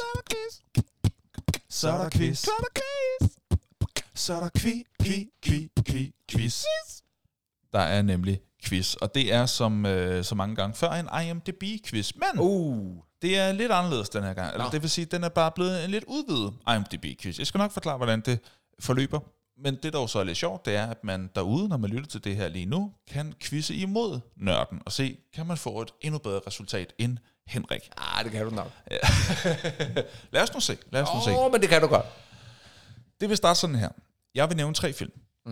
Så er der quiz. Så er der quiz. Der er nemlig quiz, og det er som så mange gange før en IMDb-quiz, men det er lidt anderledes den her gang. Eller det vil sige, at den er bare blevet en lidt udvidet IMDb-quiz. Jeg skal nok forklare, hvordan det forløber. Men det, der jo så er lidt sjovt, det er, at man derude, når man lytter til det her lige nu, kan quizze imod nørden og se, kan man få et endnu bedre resultat end Henrik. Det kan du nok. Ja. Lad os nu se. Men det kan du godt. Det vil starte sådan her. Jeg vil nævne 3 film.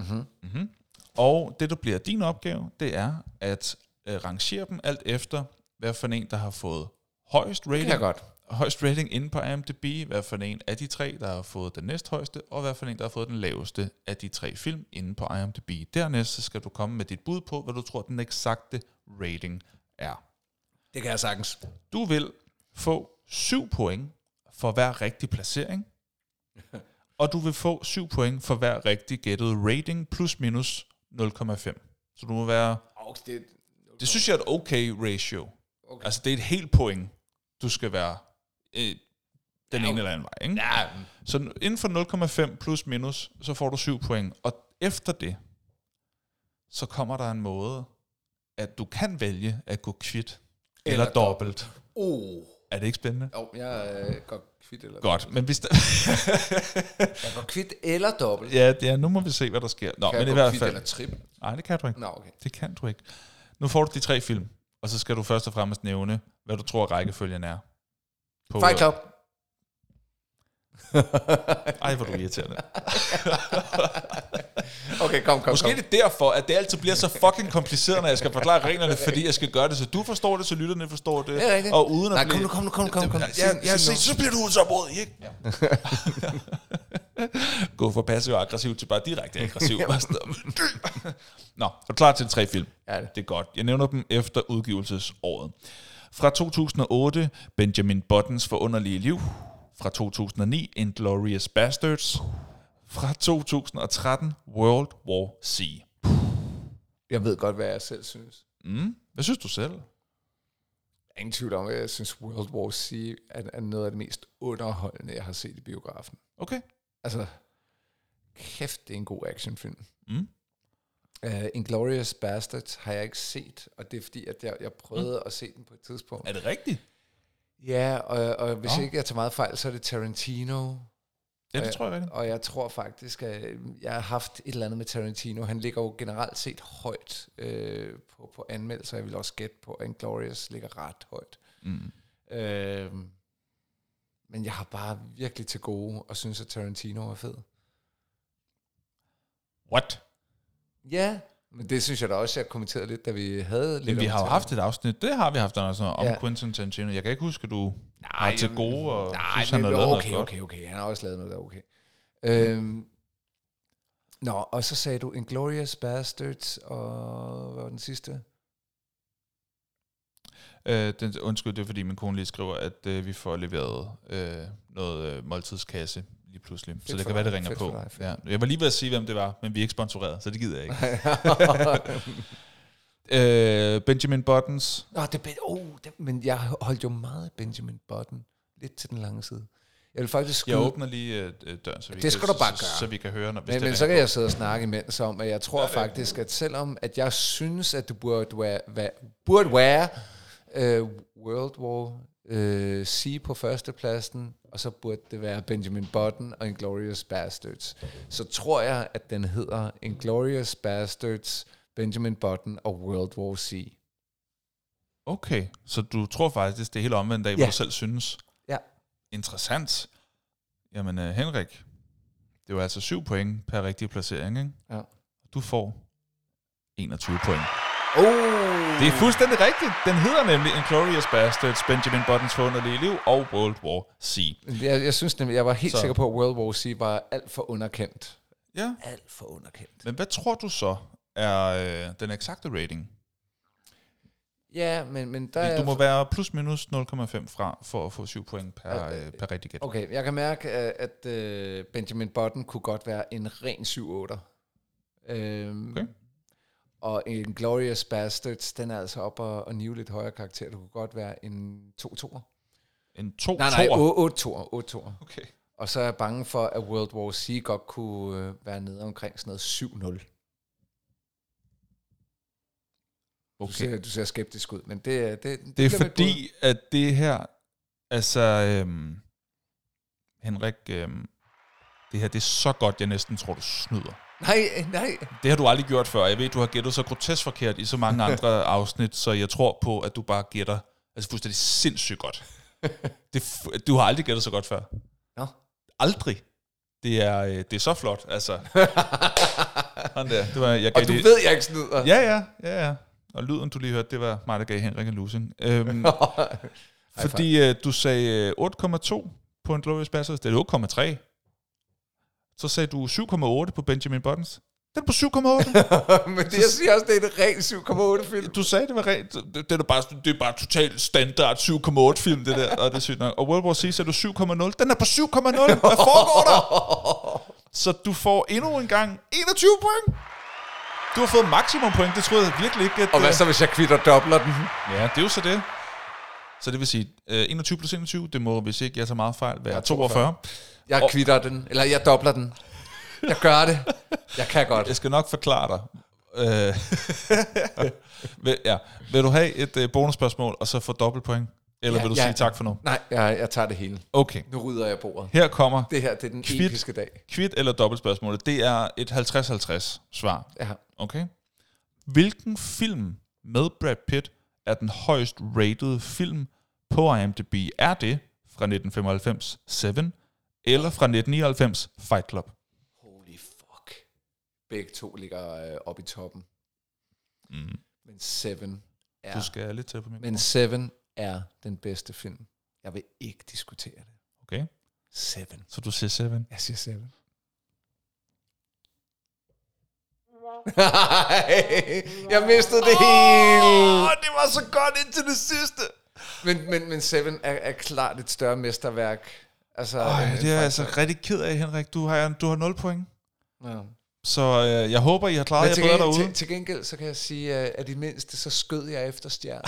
Og det, der bliver din opgave, det er at rangere dem alt efter, hvad for en, der har fået højst rating. Det kan godt. Højst rating inde på IMDb, hvad for en af de 3, der har fået den næsthøjeste, og hvad for en, der har fået den laveste af de 3 film inde på IMDb. Dernæst så skal du komme med dit bud på, hvad du tror, den eksakte rating er. Det kan jeg sagtens. Du vil få 7 point for hver rigtig placering, og du vil få 7 point for hver rigtig gættet rating, plus minus 0,5. Så du må være... Det synes jeg er et okay ratio. Okay. Altså, det er et helt point, du skal være den ene eller anden vej. Ikke? Ja. Så inden for 0,5 plus minus, så får du 7 point. Og efter det, så kommer der en måde, at du kan vælge at gå kvitt eller dobbelt. Er det ikke spændende? Jo, jeg går kvitt eller godt, men hvis der... Jeg går kvitt eller dobbelt? Ja, nu må vi se, hvad der sker. Nå, kan men jeg i gå hvert kvitt fald... eller trip? Nej, det kan du ikke. Nå, okay. Det kan du ikke. Nu får du de 3 film, og så skal du først og fremmest nævne, hvad du tror, rækkefølgen er. På, Fight Club. Ej, hvor du irriterende. Okay, kom. Måske er det derfor, at det altid bliver så fucking kompliceret, når jeg skal forklare reglerne, fordi jeg skal gøre det, så du forstår det, så lytterne forstår det. Det er rigtigt. Og uden at Nej, kom. Ja, så bliver du utålmodig, ikke? Ja. Gå fra passiv-aggressiv til bare direkte aggressiv. Nå, er du klar til 3 film? Ja, det er godt. Jeg nævner dem efter udgivelsesåret. Fra 2008, Benjamin Buttons forunderlige liv. Fra 2009, Inglourious Basterds. Fra 2013, World War C. Jeg ved godt, hvad jeg selv synes. Hvad synes du selv? Ingen tvivl om, at jeg synes, World War C er noget af det mest underholdende, jeg har set i biografen. Okay. Altså, kæft, det er en god actionfilm. Inglourious Basterds har jeg ikke set, og det er fordi, at jeg prøvede at se den på et tidspunkt. Er det rigtigt? Ja, og hvis ikke jeg tager meget fejl, så er det Tarantino. Ja, det tror jeg rigtigt. Og jeg tror faktisk, at jeg har haft et eller andet med Tarantino. Han ligger jo generelt set højt på anmeldelser. Jeg vil også gætte på, at Inglourious ligger ret højt. Men jeg har bare virkelig til gode, og synes, at Tarantino er fed. What? Ja, men det synes jeg da også, jeg kommenterede lidt, da vi havde lidt. Men vi har jo haft et afsnit, det har vi haft om Ja. Quentin Tarantino. Jeg kan ikke huske, at du har til gode, og synes, men han har lavet noget godt. Okay. Han har også lavet noget, der er okay. Og så sagde du Inglourious Basterds, og hvad var den sidste? Undskyld, det er fordi min kone lige skriver, at vi får leveret noget måltidskasse lige pludselig. Fedt så det for kan være, det dig. ringer Fedt på. for dig. Ja. Jeg var lige ved at sige, hvem det var, men vi er ikke sponsoreret, så det gider jeg ikke. Benjamin Buttons. Men jeg holdt jo meget Benjamin Button. Lidt til den lange side. Jeg vil faktisk skyde. Jeg åbner lige døren, så vi, det skal du bare gøre. Så vi kan høre, når men så kan jeg sidde og snakke imens om, at jeg tror faktisk, at selvom at jeg synes, at du burde være World War C på førstepladsen, og så burde det være Benjamin Button og Inglourious Basterds, så tror jeg, at den hedder Inglourious Basterds, Benjamin Button og World War C. Okay, så du tror faktisk, det er helt omvendt af, hvad du selv synes? Ja. Interessant. Jamen, Henrik, det var altså 7 point per rigtig placering, ikke? Ja. Du får 21 point. Det er fuldstændig rigtigt. Den hedder nemlig Inglourious Basterds, Benjamin Buttons forunderlige liv og World War C. Jeg synes nemlig, jeg var helt sikker på, at World War C var alt for underkendt. Ja. Alt for underkendt. Men hvad tror du så, er den eksakte rating. Ja, men der Du må være plus minus 0,5 fra, for at få 7 point per rigtig gæt. Okay, jeg kan mærke, at Benjamin Button kunne godt være en ren 7-8'er. Okay. Og en Glorious Bastards, den er altså op og nive lidt højere karakter. Det kunne godt være en 2-2'er. En 2-2'er? Nej, 8-2'er. Okay. Og så er jeg bange for, at World War C godt kunne være nede omkring sådan noget 7-0. Okay. Du ser skeptisk ud, men det er fordi, at det her, altså, Henrik, det her, det er så godt, jeg næsten tror, du snyder. Nej. Det har du aldrig gjort før. Jeg ved, du har gættet så grotesk forkert i så mange andre afsnit, så jeg tror på, at du bare gætter, altså fuldstændig sindssygt godt. Du har aldrig gættet så godt før. Nå. Aldrig. Det er så flot, altså. Sådan der. Det var, jeg og du ved, jeg ikke snyder. Ja. Og lyden, du lige hørte, det var mig, der gav Henrik en losing. Fordi du sagde 8,2 på en Glorious Bastards. Det er 8,3. Så sagde du 7,8 på Benjamin Buttons. Den er på 7,8. Men det, jeg siger også, det er en ren 7,8 film. Du sagde, det var rent. Det er bare totalt standard 7,8 film, det der. Og det er sygt nok. Og World War C sagde du 7,0. Den er på 7,0. Hvad foregår der? Så du får endnu en gang 21 point. Du har fået maksimum point, det troede jeg virkelig ikke. At, og hvad så, hvis jeg kvitter dobbler den? Ja, det er jo så det. Så det vil sige, 21 plus 21, det må, hvis ikke jeg tager meget fejl, være 42. Jeg kvitter den, eller jeg dobler den. Jeg gør det. Jeg kan godt. Jeg skal nok forklare dig. Vil du have et bonusspørgsmål, og så få dobbelt point? Eller vil du sige tak for nu? Nej, jeg tager det hele. Okay. Nu rydder jeg bordet. Her kommer det her, det er den episke dag. Kvit eller dobbelt spørgsmålet. Det er et 50-50 svar. Ja. Okay. Hvilken film med Brad Pitt er den højst rated film på IMDb? Er det fra 1995 Seven, eller fra 1999 Fight Club? Holy fuck. Begge to ligger oppe i toppen. Men Seven er... Du skal lidt til på min. Men Seven er den bedste film. Jeg vil ikke diskutere det. Okay. Seven. Så du siger Seven? Jeg siger Seven. Jeg mistede det hele. Det var så godt indtil det sidste. Men Seven er klart et større mesterværk. Altså, det er jeg altså rigtig ked af, Henrik. Du har 0 point. Ja. Så jeg håber, I har klaret jer bedre derude. Til gengæld, så kan jeg sige, at i mindste, så skød jeg efter stjerner.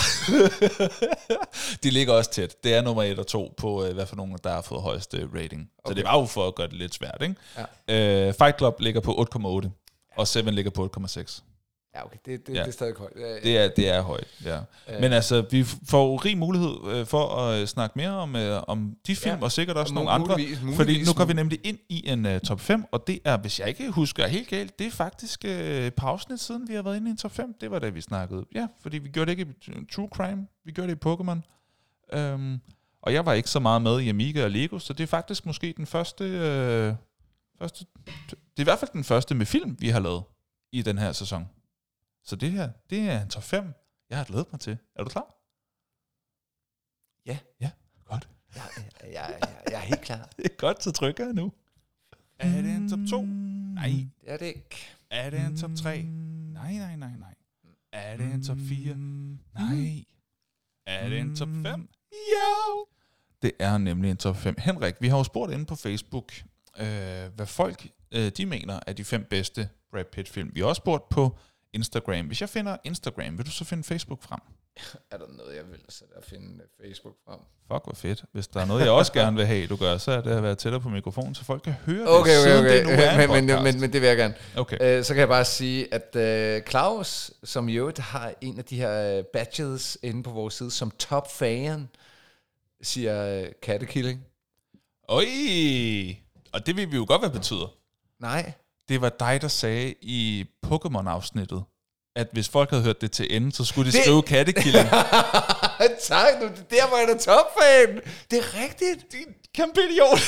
De ligger også tæt. Det er nummer 1 og 2 på, hvad for nogen, der har fået højeste rating. Okay. Så det var jo for at gøre det lidt svært, ikke? Ja. Fight Club ligger på 8,8, og Seven ligger på 8,6. Ja, okay. Det er stadig højt. Det er højt, ja. Men altså, vi får rig mulighed for at snakke mere om de film, og sikkert også nogle andre. Fordi nu går vi nemlig ind i en top 5, og det er, hvis jeg ikke husker helt galt, det er faktisk på afsnit siden, vi har været inde i en top 5. Det var da vi snakkede. Ja, fordi vi gjorde det ikke i True Crime, vi gjorde det i Pokémon. Og jeg var ikke så meget med i Amiga og Lego, så det er faktisk måske den første... det er i hvert fald den første med film, vi har lavet i den her sæson. Så det her, det er en top 5, jeg har glædet mig til. Er du klar? Ja. Ja, godt. Jeg er helt klar. Det er godt, så trykker jeg nu. Er det en top 2? Nej. Det er det ikke. Er det en top 3? Nej. Er det en top 4? Nej. Er det en top 5? Jo. Det er nemlig en top 5. Henrik, vi har jo spurgt inde på Facebook, hvad folk de mener er de 5 bedste Brad Pitt-film. Vi har også spurgt på Instagram. Hvis jeg finder Instagram, vil du så finde Facebook frem? Er der noget, jeg vil så der finde Facebook frem? Fuck, hvor fedt. Hvis der er noget, jeg også gerne vil have, du gør, så er det at være tættere på mikrofonen, så folk kan høre det. Okay. Men det vil jeg gerne. Okay. Så kan jeg bare sige, at Claus, som jo har en af de her badges inde på vores side, som top fan, siger kattekilling. Oj! Og det vil vi jo godt, hvad betyder. Nej. Det var dig, der sagde i Pokémon-afsnittet, at hvis folk havde hørt det til ende, så skulle de skrive kattekilling. Tak, der var jeg da topfan. Det er rigtigt. Din kæmpe idiot.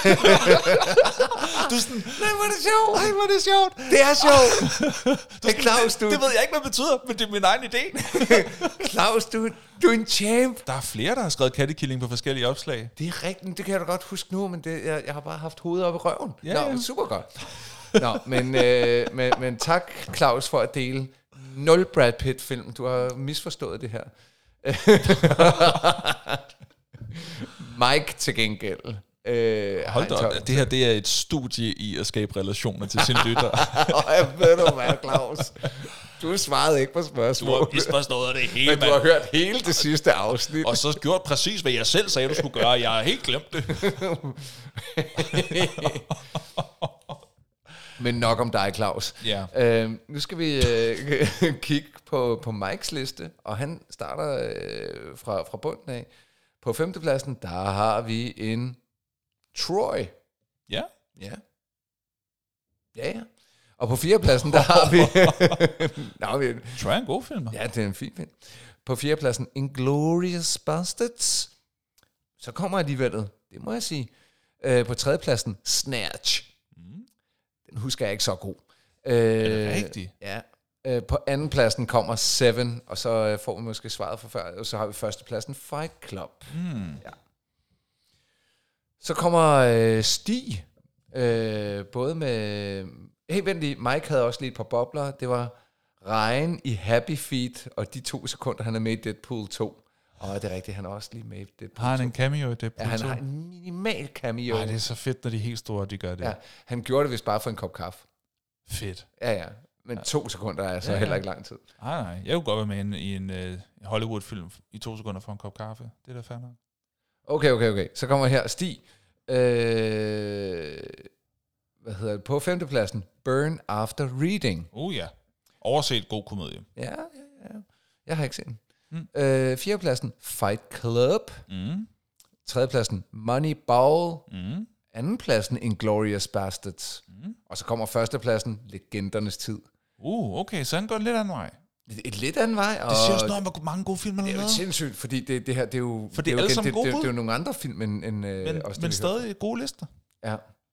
Du er sådan, nej, hvor er det sjovt. Nej, hvor er det sjovt. Det er sjovt. Det er Claus, det ved jeg ikke, hvad det betyder, men det er min egen idé. Claus, du er en champ. Der er flere, der har skrevet kattekilling på forskellige opslag. Det er rigtigt, det kan jeg da godt huske nu, men jeg har bare haft hovedet op i røven. Ja. Nå, super godt. Nå, men tak, Claus, for at dele 0 Brad Pitt-film. Du har misforstået det her. Mike til gengæld. Hold da op, det her det er et studie i at skabe relationer til sine lyttere. Jeg ved du hvad, Claus? Du svarede ikke på spørgsmålet. Du har misforstået det hele, men du har hørt hele det sidste afsnit. Og så gjort præcis, hvad jeg selv sagde, du skulle gøre. Jeg har helt glemt det. Men nok om dig, Claus. Ja. Nu skal vi kigge på Mikes liste, og han starter fra bunden af. På 5. pladsen, der har vi en Troy. Ja. Ja. Og på 4. pladsen, der har vi... Troy er en god film. Ja, det er en fin film. På 4. pladsen, Inglourious Basterds. Så kommer alligevel, det må jeg sige. På 3. pladsen, Snatch. Den husker jeg ikke så god. Er det rigtigt? Ja. På 2. pladsen kommer Seven, og så får vi måske svaret for før, og så har vi 1. pladsen Fight Club. Ja. Så kommer Stig, både med... Helt venligt, Mike havde også lige et par bobler. Det var Ryan i Happy Feet, og de 2 sekunder, han er med i Deadpool 2. Og det er rigtigt, han er også lige med i Deadpool 2. Har han en cameo i Deadpool 2? Ja, han har en minimal cameo. Ej, det er så fedt, når de helt store, de gør det. Ja, han gjorde det vist bare for en kop kaffe. Fedt. Ja. Men 2 sekunder er så heller ikke lang tid. Nej. Jeg kunne godt være med i en Hollywood-film i 2 sekunder for en kop kaffe. Det er da fandme. Okay. Så kommer her Stig. På 5. pladsen, Burn After Reading. Ja. Overset god komedie. Ja. Jeg har ikke set den. 4. pladsen, Fight Club. 3. pladsen, Moneyball. 2. pladsen, Inglourious Basterds. Og så kommer 1. pladsen, Legendernes Tid. Okay, så han går en lidt anden vej. Et lidt anden vej. Det siger også noget om, hvor mange gode film han har lavet. lavet. Det er jo sindssygt, fordi det her, det er jo... For det er alle sammen gode bud. Det er jo nogle andre film, end men stadig gode lister. Ja.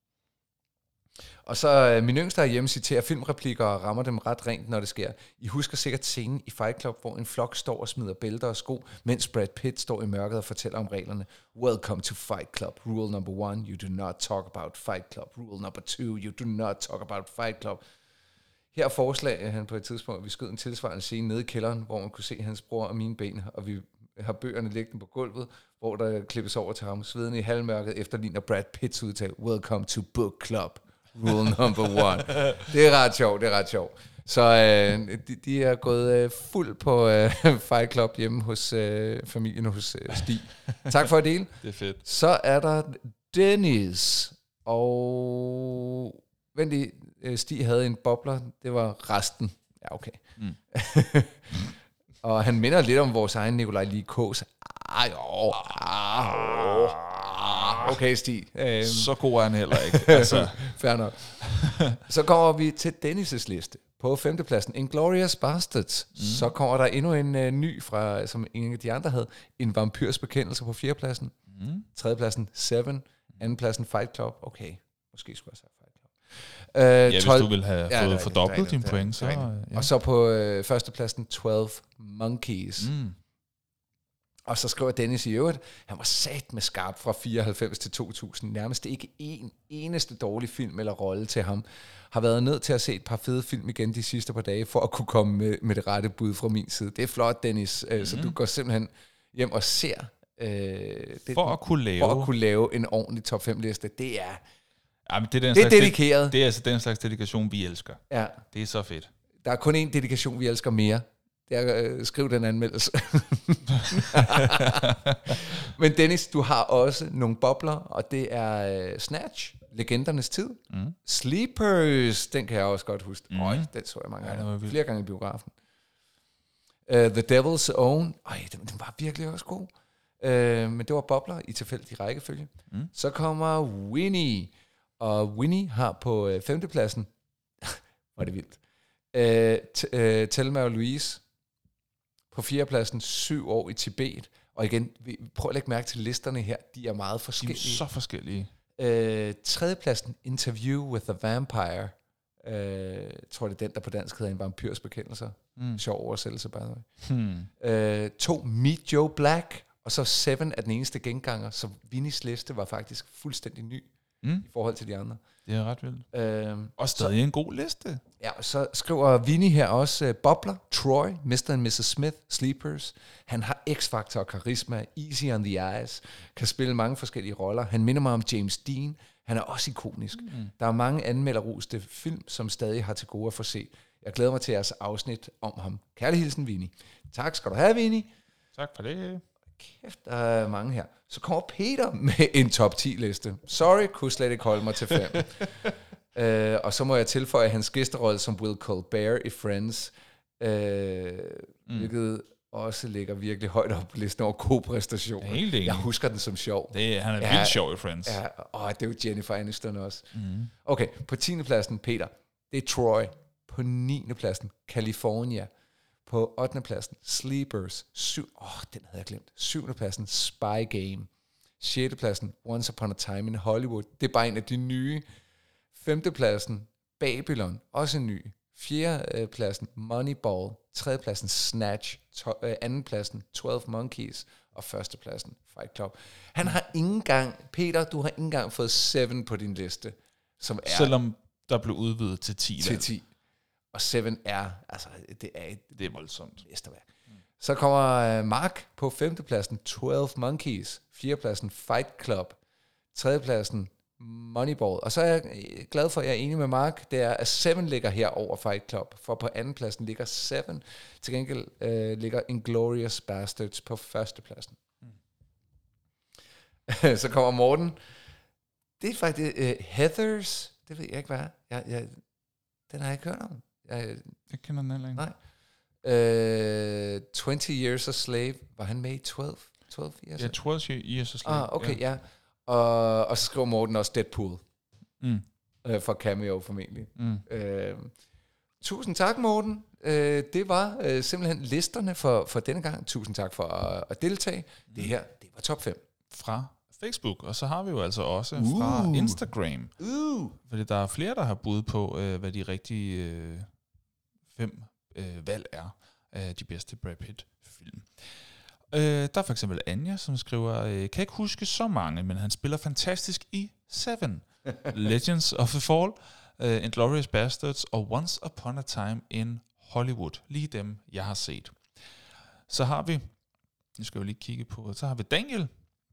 Og så min yngste herhjemme citerer filmreplikker og rammer dem ret rent, når det sker. I husker sikkert scenen i Fight Club, hvor en flok står og smider bælter og sko, mens Brad Pitt står i mørket og fortæller om reglerne. Welcome to Fight Club. Rule number 1, you do not talk about Fight Club. Rule number 2, you do not talk about Fight Club. Her foreslår han på et tidspunkt, at vi skød en tilsvarende scene nede i kælderen, hvor man kunne se hans bror og mine ben, og vi har bøgerne liggende på gulvet, hvor der klippes over til ham. Sveden i halvmørket efterligner Brad Pitts udtale. Welcome to Book Club. Rule number 1. Det er ret sjovt. Så de er gået fuld på Fight Club hjemme hos familien hos Stig. Tak for at dele. Det er fedt. Så er der Dennis. Og venlig, Stig havde en bobler. Det var resten. Ja, okay. Og han minder lidt om vores egen Nikolaj Lie Kås. Okay, Stig. Så god er han heller ikke. Altså. Fair nok. Så kommer vi til Dennis' liste. På 5. pladsen, Inglourious Basterds. Så kommer der endnu en ny fra, som ingen af de andre havde. En vampyrs bekendelse på 4. pladsen. 3. pladsen, Seven. 2. pladsen, Fight Club. Okay, måske skulle jeg sige Fight Club. Hvis du ville have fået fordoblet dine point, så... Ja. Og så på 1. pladsen, 12 Monkeys. Og så skriver Dennis i øvrigt, han var sat med skarp fra 94 til 2000. Nærmest ikke en eneste dårlig film eller rolle til ham. Har været nødt til at se et par fede film igen de sidste par dage, for at kunne komme med det rette bud fra min side. Det er flot, Dennis. Så du går simpelthen hjem og ser... for at kunne lave en ordentlig top 5 liste. Det er... Jamen, det er dedikeret. Det er altså den slags dedikation, vi elsker. Ja. Det er så fedt. Der er kun én dedikation, vi elsker mere. Det er skriv den anmeldelse. Men Dennis, du har også nogle bobler, og det er Snatch, Legendernes Tid, Sleepers, den kan jeg også godt huske. Den så jeg mange gange. Flere gange i biografen. The Devil's Own, den var virkelig også god. Men det var bobler i tilfældig rækkefølge. Så kommer Winnie, og Winnie har på 5. pladsen, var det vildt, Thelma og Louise. På 4. pladsen, 7 år i Tibet. Og igen, prøv at lægge mærke til listerne her. De er meget forskellige. De er så forskellige. 3. pladsen, Interview with the Vampire. Jeg tror, det er den, der på dansk hedder En vampyrs bekendelser. Sjov oversættelse, by the way. 2, Meet Joe Black. Og så 7 er den eneste genganger. Så Winnies liste var faktisk fuldstændig ny. i forhold til de andre. Det er ret vildt. Og stadig en god liste. Ja, så skriver Vinnie her også, Bobler, Troy, Mr. and Mrs. Smith, Sleepers. Han har X-faktor og karisma, easy on the eyes, kan spille mange forskellige roller. Han minder mig om James Dean. Han er også ikonisk. Der er mange anmelderroste film, som stadig har til gode at få set. Jeg glæder mig til jeres afsnit om ham. Kærlig hilsen, Vinnie. Tak skal du have, Vinnie. Tak for det. Kæft, der er mange her. Så kommer Peter med en top 10-liste. Sorry, kunne slet ikke holde mig til 5. Og så må jeg tilføje hans gæsterolle som Will Colbert i Friends, hvilket også ligger virkelig højt op på listen over gode præstationer. Helt enig. Jeg husker den som sjov. Han er vildt sjov i Friends. Ja, det er jo Jennifer Aniston også. Okay, på 10. pladsen, Peter, det er Troy. På 9. pladsen, California. På 8. pladsen, Sleepers. Den havde jeg glemt. 7. pladsen, Spy Game. 6. pladsen, Once Upon a Time in Hollywood. Det er bare en af de nye. 5. pladsen, Babylon. Også en ny. 4. pladsen, Moneyball. 3. pladsen, Snatch. 2. pladsen, 12 Monkeys. Og 1. pladsen, Fight Club. Han har ikke engang, Peter, du har ikke engang fået 7 på din liste. Som er selvom der blev udvidet til 10. Til 10. Og 7 er, altså, det er voldsomt. Mesterværk. Så kommer Mark på 5. pladsen, 12 Monkeys. 4. pladsen, Fight Club. 3. pladsen, Moneyball. Og så er jeg glad for, at jeg er enig med Mark, det er, at 7 ligger her over Fight Club. For på 2. pladsen ligger 7. Til gengæld ligger Inglourious Basterds på 1. pladsen. Så kommer Morten. Det er faktisk Heathers. Det ved jeg ikke, hvad er. Den har jeg ikke hørt om. Jeg kender den heller ikke. Nej. 20 Years a Slave. Var han med i 12 Years? Ja, 12 Years a Slave. Okay, ja. Og så skriver Morten også Deadpool. For cameo formentlig. Tusind tak, Morten. Det var simpelthen listerne for denne gang. Tusind tak for at deltage. Det her, det var top 5. Fra Facebook, og så har vi jo altså også fra Instagram. Fordi der er flere, der har bud på, hvad de rigtige 5 valg er af de bedste Brad Pitt-film. Der er for eksempel Anja, som skriver, kan ikke huske så mange, men han spiller fantastisk i 7, Legends of the Fall, Inglourious Basterds og Once Upon a Time in Hollywood. Lige dem, jeg har set. Så har vi, nu skal vi lige kigge på, så har vi Daniel.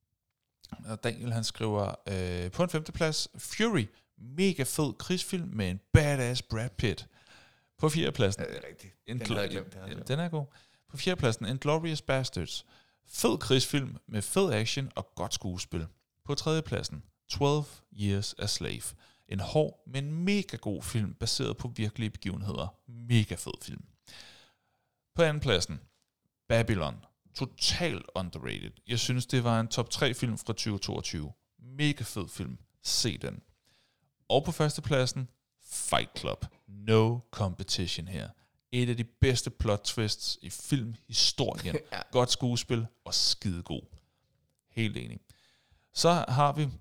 Og Daniel, han skriver på en 5. plads, Fury, mega fed krigsfilm med en badass Brad Pitt. På 4. pladsen, det er rigtigt. Den havde jeg glemt. Den er god. På 4. pladsen, Inglourious Basterds, fed krigsfilm med fed action og godt skuespil. På 3. pladsen, 12 Years a Slave, en hård, men mega god film, baseret på virkelige begivenheder. Mega fed film. På 2. pladsen, Babylon, totalt underrated. Jeg synes, det var en top 3 film fra 2022. Mega fed film. Se den. Og på 1. pladsen, Fight Club. No competition her. Et af de bedste plot twists i filmhistorien. Ja. Godt skuespil og skidegod. Helt enig. Så har vi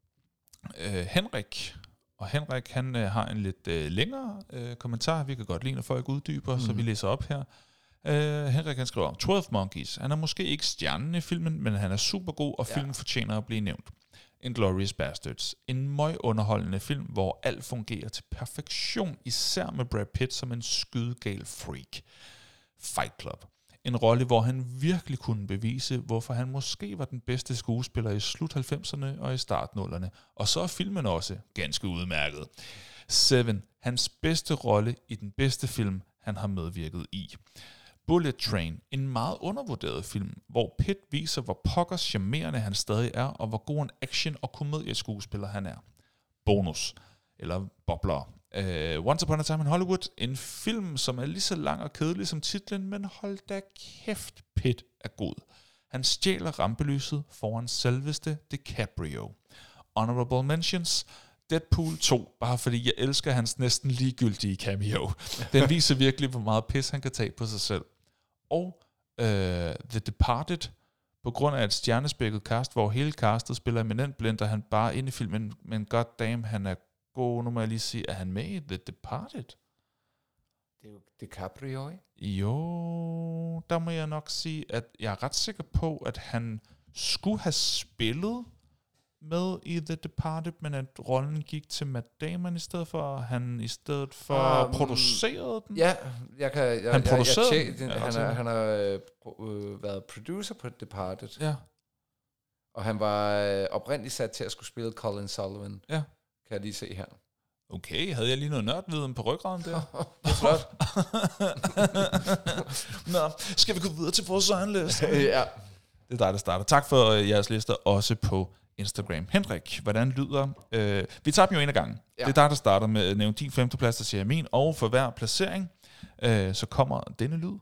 Henrik. Og Henrik, han har en lidt længere kommentar. Vi kan godt lide, når folk uddyber, så vi læser op her. Henrik, han skriver om 12 Monkeys. Han er måske ikke stjernen i filmen, men han er super god, og filmen fortjener at blive nævnt. Inglourious Basterds. En møgunderholdende film, hvor alt fungerer til perfektion, især med Brad Pitt som en skydegal freak. Fight Club. En rolle, hvor han virkelig kunne bevise, hvorfor han måske var den bedste skuespiller i slut 90'erne og i start 0'erne. Og så er filmen også ganske udmærket. 7. Hans bedste rolle i den bedste film, han har medvirket i. Bullet Train, en meget undervurderet film, hvor Pitt viser, hvor pokkers charmerende han stadig er, og hvor god en action- og komedieskuespiller han er. Bonus, eller bobler. Once Upon a Time in Hollywood, en film, som er lige så lang og kedelig som titlen, men hold da kæft, Pitt er god. Han stjæler rampelyset foran selveste DiCaprio. Honorable mentions, Deadpool 2, bare fordi jeg elsker hans næsten ligegyldige cameo. Den viser virkelig, hvor meget pis han kan tage på sig selv. Og The Departed, på grund af et stjernespækket cast, hvor hele castet spiller eminent, blender han bare ind i filmen, men goddamn, han er god. Nu må jeg lige sige, er han med i The Departed? Det er jo DiCaprio, ikke? Jo, der må jeg nok sige, at jeg er ret sikker på, at han skulle have spillet med i The Departed, men at rollen gik til Matt Damon i stedet for, han i stedet for producerede den? Ja, Han producerede den? Han har været producer på Departed. Ja. Og han var oprindeligt sat til at skulle spille Colin Sullivan. Ja. Kan jeg lige se her. Okay, havde jeg lige noget nørdviden på ryggraden der? Det er flot. Nå, skal vi gå videre til vores egen liste? Ja. Det er dig, der starter. Tak for jeres lister, også på Instagram. Henrik, hvordan lyder... vi tager dem jo en af gangen. Ja. Det er dig, der starter med at nævne din 5. plads, der siger min, og for hver placering, så kommer denne lyd.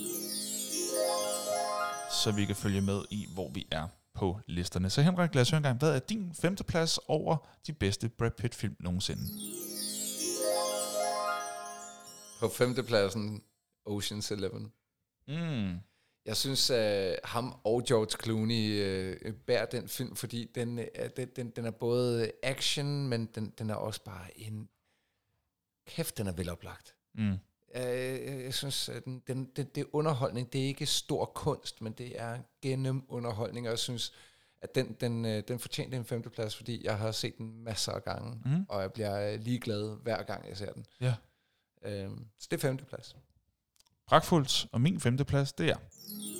Så vi kan følge med i, hvor vi er på listerne. Så Henrik, lad os høre en gang. Hvad er din 5. plads over de bedste Brad Pitt-film nogensinde? På 5. pladsen, Ocean's 11. Jeg synes, ham og George Clooney bærer den film, fordi den er både action, men den er også bare en... Kæft, den er veloplagt. Jeg synes, at det er underholdning. Det er ikke stor kunst, men det er gennem underholdning, og jeg synes, at den fortjener en 5. plads, fordi jeg har set den masser af gange, og jeg bliver ligeglad hver gang, jeg ser den. Ja. Så det er 5. plads. Pragtfuldt, og min 5. plads, det er...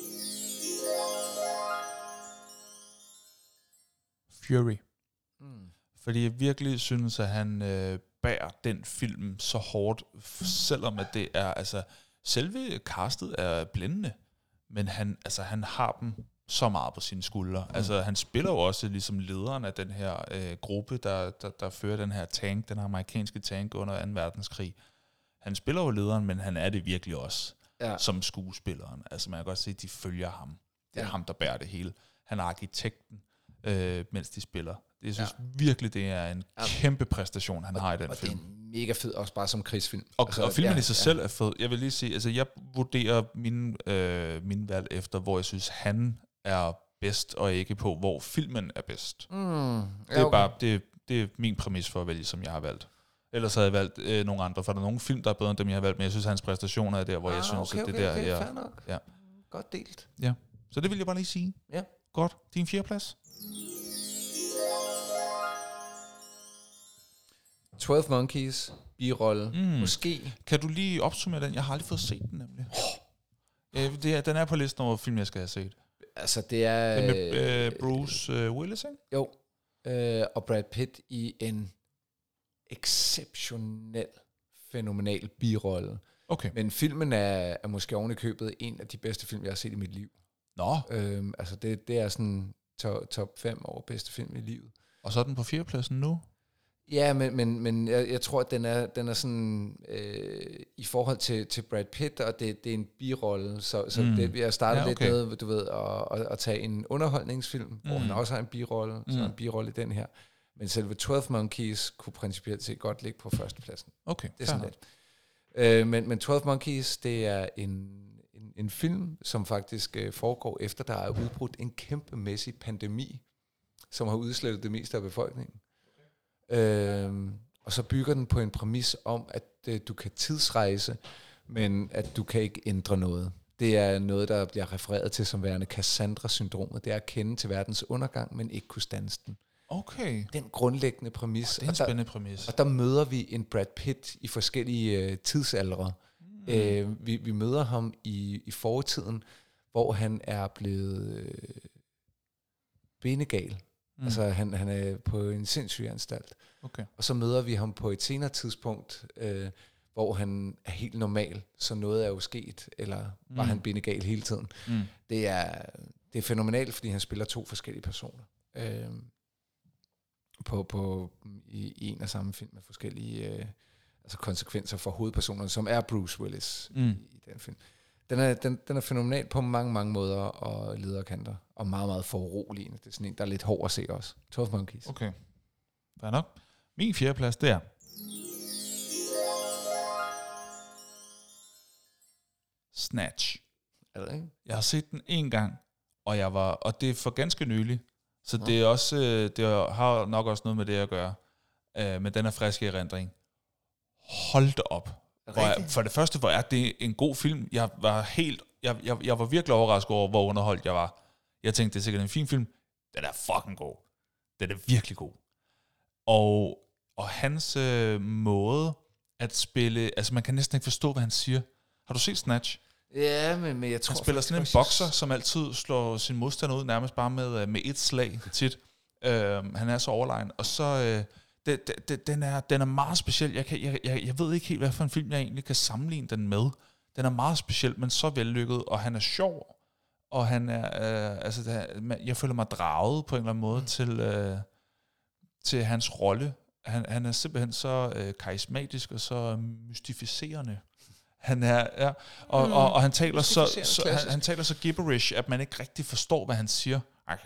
Fury. Fordi jeg virkelig synes, at han bærer den film så hårdt, selvom at det er, altså, selve castet er blændende, men han har dem så meget på sine skuldre. Altså, han spiller jo også ligesom lederen af den her gruppe, der fører den her tank, den amerikanske tank under 2. verdenskrig. Han spiller jo lederen, men han er det virkelig også, som skuespilleren. Altså, man kan godt se, at de følger ham. Det er ham, der bærer det hele. Han er arkitekten, mens de spiller. Jeg synes virkelig, det er en kæmpe præstation, han har i den film. Og det er mega fed, også bare som krigsfilm. Og filmen i sig selv er fed. Jeg vil lige sige, altså jeg vurderer min valg efter, hvor jeg synes, han er bedst, og ikke på, hvor filmen er bedst. Det er bare, det er min præmis for at vælge, som jeg har valgt. Ellers havde jeg valgt nogle andre, for der er nogle film, der er bedre end dem, jeg har valgt, men jeg synes, hans præstationer er der, hvor jeg synes, at det der er... Fair nok. Ja. Godt delt. Ja, så det vil jeg bare lige sige. Ja. Godt. Din 4. plads? 12 Monkeys, birolle, måske. Kan du lige opsummere den? Jeg har aldrig fået set den, nemlig. Den er på listen over film, jeg skal have set. Altså, det er... Det med Bruce Willis, ikke? Jo. Og Brad Pitt i en exceptionel, fænomenal birolle. Okay. Men filmen er måske oven i købet en af de bedste film, jeg har set i mit liv. Nå. Altså, det er sådan top 5 over bedste film i livet. Og så er den på 4. pladsen nu? Ja, men jeg tror, at den er sådan i forhold til Brad Pitt, og det er en birolle, så det jeg startede lidt med, du ved, at tage en underholdningsfilm, hvor han også har en birolle, så en birolle i den her. Men selve 12 Monkeys kunne principielt set godt ligge på 1. pladsen. Okay. Det er sådan lidt. Men 12 Monkeys, det er en film, som faktisk foregår efter, der er udbrudt en kæmpemæssig pandemi, som har udslettet det meste af befolkningen. Og så bygger den på en præmis om, at du kan tidsrejse, men at du kan ikke ændre noget. Det er noget, der bliver refereret til som værende Cassandra-syndromet. Det er at kende til verdens undergang, men ikke kunne standse den. Okay. Den grundlæggende præmis. Det er en spændende præmis. Og der møder vi en Brad Pitt i forskellige tidsaldre. Vi møder ham i fortiden, hvor han er blevet benegal. Altså han er på en sindssygeanstalt. Okay. Og så møder vi ham på et senere tidspunkt, hvor han er helt normal, så noget er jo sket, eller var han benegal hele tiden. Det er fænomenalt, fordi han spiller 2 forskellige personer. I en og samme film med forskellige konsekvenser for hovedpersonerne, som er Bruce Willis i den film. Den er fænomenal på mange, mange måder og lederkanter, og meget, meget foruroligende. Det er sådan en, der er lidt hård at se også. 12 Monkeys. Okay. Fair nok. Min 4. plads, det er... Snatch. Er det ikke? Jeg har set den en gang, og det er for ganske nylig, så det er også, det har nok også noget med det at gøre. Men den er frisk i erindring. Hold da op. For det første var det en god film. Jeg var virkelig overrasket over, hvor underholdt jeg var. Jeg tænkte, det er sikkert en fin film. Den er fucking god. Den er virkelig god. Og hans måde at spille, altså man kan næsten ikke forstå, hvad han siger. Har du set Snatch? Ja, men jeg tror... Han spiller sådan en bokser, som altid slår sin modstander ud, nærmest bare med et slag tit. Han er så overlegen. Og så... Den er meget speciel. Jeg ved ikke helt, hvad for en film jeg egentlig kan sammenligne den med. Den er meget speciel, men så vellykket, og han er sjov. Og han er... jeg føler mig draget på en eller anden måde til hans rolle. Han er simpelthen så karismatisk og så mystificerende. Han er, ja, og han taler han taler så gibberish, at man ikke rigtig forstår, hvad han siger.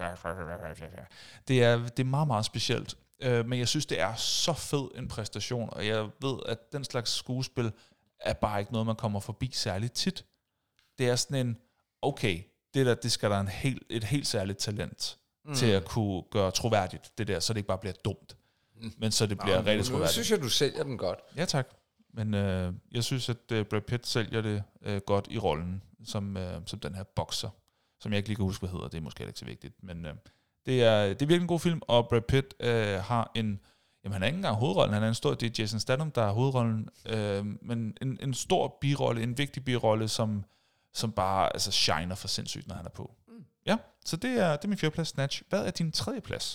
Det er meget, meget specielt. Men jeg synes, det er så fed en præstation, og jeg ved, at den slags skuespil er bare ikke noget, man kommer forbi særligt tit. Det er sådan en, okay, det skal der et helt særligt talent til at kunne gøre troværdigt, det der, så det ikke bare bliver dumt. Men så det bliver rigtig troværdigt. Nu synes jeg, du sælger den godt. Ja, tak. Men jeg synes, at Brad Pitt sælger det godt i rollen, som den her bokser, som jeg ikke lige kan huske, hvad hedder. Det er måske ikke så vigtigt. Men det er virkelig en god film, og Brad Pitt har en... Jamen, han er ikke engang hovedrollen. Han er en stor... Det er Jason Statham, der er hovedrollen. Men en stor birolle, en vigtig birolle, som bare altså, shiner for sindssygt, når han er på. Ja, så det er min 4. plads, Snatch. Hvad er din 3. plads?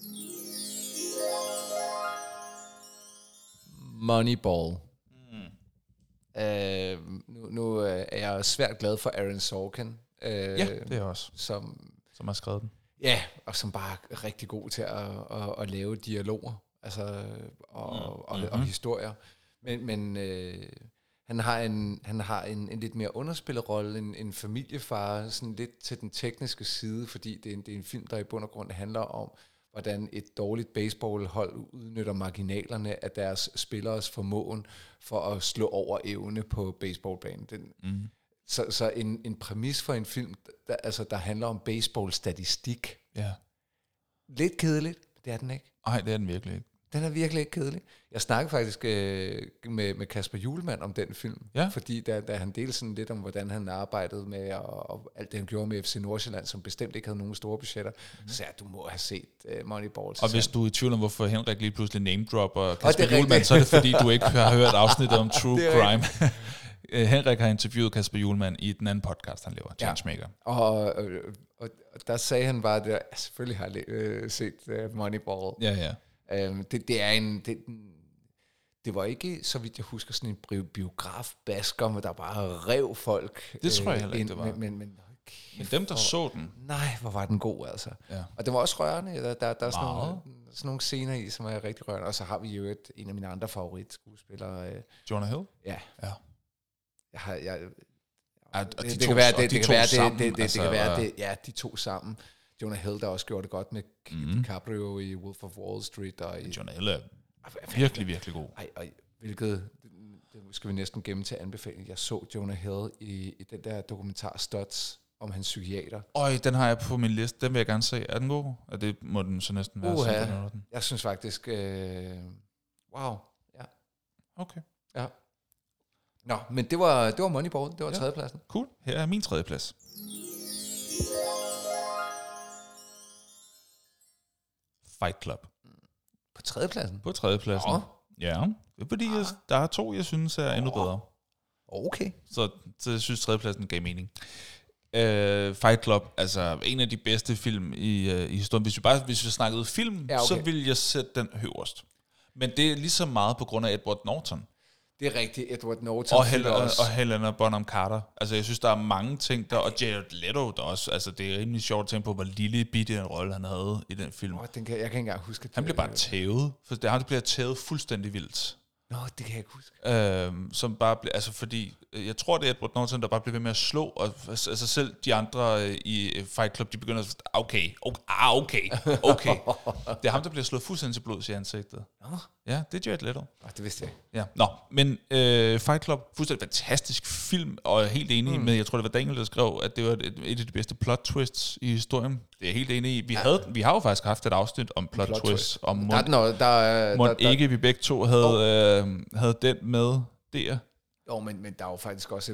Moneyball. Nu er jeg svært glad for Aaron Sorkin. Ja, det er også. Som har skrevet den. Ja, og som bare er rigtig god til at lave dialoger, altså og historier. Men han har en lidt mere underspillet rolle, en familiefar, sådan lidt til den tekniske side, fordi det er en film, der i bund og grund handler om, hvordan et dårligt baseballhold udnytter marginalerne af deres spilleres formåen for at slå over evne på baseballbanen. Så en præmis for en film, der handler om baseballstatistik. Ja. Lidt kedeligt, det er den ikke. Nej, det er den virkelig ikke. Den er virkelig ikke kedelig. Jeg snakkede faktisk med Kasper Hjulmand om den film, fordi da han delte sådan lidt om, hvordan han arbejdede med, og alt det, han gjorde med FC Nordsjælland, som bestemt ikke havde nogen store budgetter, så sagde jeg, du må have set Moneyball. Og hvis du er i tvivl om, hvorfor Henrik lige pludselig name-dropper Kasper Hjulmand, så er det fordi, du ikke har hørt afsnittet om True Crime. Henrik har interviewet Kasper Hjulmand i den anden podcast, han laver, Changemaker. Og der sagde han bare, at selvfølgelig har jeg set Moneyball. Ja. Det var ikke, så vidt jeg husker, sådan en biografbasker, hvor der bare rev folk. Det tror jeg heller ikke, det var. Men dem, der så den. Nej, hvor var den god, altså. Ja. Og det var også rørende. Der er sådan nogle scener i, som er rigtig rørende. Og så har vi jo en af mine andre favoritskuespillere. Jonah Hill? Ja. Det kan være, de to sammen. Jonah Hill, der også gjorde det godt med DiCaprio i Wolf of Wall Street. Jonah Hill er virkelig, virkelig god. Hvilket, det skal vi næsten gemme til anbefaling. Jeg så Jonah Hill i den der dokumentar Studs om hans psykiater. Den har jeg på min liste. Den vil jeg gerne se. Er den god? Og det må den så næsten være. Jeg synes faktisk, wow. Ja. Okay. Ja. Nå, men det var Moneyball. Det var 3. pladsen. Cool. Her er min 3. plads. Fight Club. På 3. pladsen? På 3. pladsen. Ja. Det er fordi, der er 2, jeg synes er endnu bedre. Okay. Så jeg synes, 3. pladsen gav mening. Fight Club, altså en af de bedste film i historien. Hvis vi snakkede film, så ville jeg sætte den øverst. Men det er lige så meget på grund af Edward Norton. Det er rigtigt, Edward Norton. Og Helena Bonham Carter. Altså, jeg synes, der er mange ting der, og Jared Leto der også. Altså, det er rimelig sjovt at tænke på, hvor lille bitte en rolle han havde i den film. Jeg kan ikke engang huske. Han bliver bare tævet, for det bliver tævet fuldstændig vildt. Nå, det kan jeg ikke huske. Som bare bliver, altså fordi, jeg tror, det er Edward Norton, der bare bliver ved med at slå, og altså selv de andre i Fight Club, de begynder at sige, okay. Det er ham, der bliver slået fuldstændig til blods i ansigtet. Ja, det er Jared Leto. Det vidste jeg ikke. Ja. Nå, men Fight Club, fuldstændig fantastisk film, og jeg er helt enig med, jeg tror, det var Daniel, der skrev, at det var et af de bedste plot twists i historien. Det er jeg helt enig i. Vi har jo faktisk haft et afsnit om plot twists, om ikke vi begge to havde den med der. Jo, men der er jo faktisk også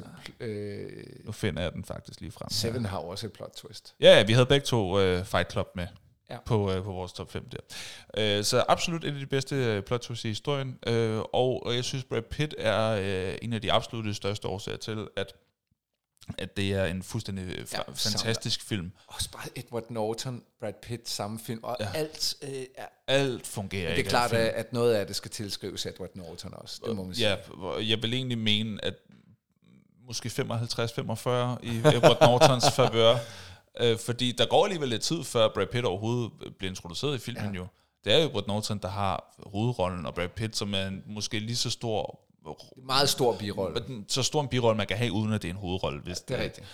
nu finder jeg den faktisk lige frem. Seven har også et plot twist. Ja, vi havde begge to Fight Club med. på vores top 5 der. Så absolut et af de bedste plot twists i historien, og jeg synes, Brad Pitt er en af de absolut største årsager til, at det er en fuldstændig fantastisk film. Også bare Edward Norton, Brad Pitt, samme film, og alt fungerer. Det er klart, at noget af det skal tilskrives Edward Norton også, det må man sige. Ja, jeg vil egentlig mene, at måske 55-45 i Edward Nortons favør, fordi der går alligevel lidt tid, før Brad Pitt overhovedet bliver introduceret i filmen jo. Det er jo Edward Norton, der har hovedrollen, og Brad Pitt, som er måske lige så stor... Meget stor birolle. Så stor en birolle, man kan have, uden at det er en hovedrolle. Hvis det er rigtigt.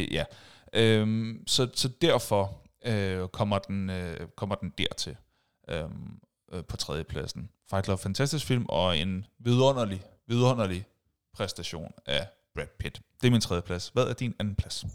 Så derfor kommer den dertil på tredjepladsen. Fight Club, fantastisk film, og en vidunderlig præstation af Brad Pitt. Det er min tredjeplads. Hvad er din anden plads?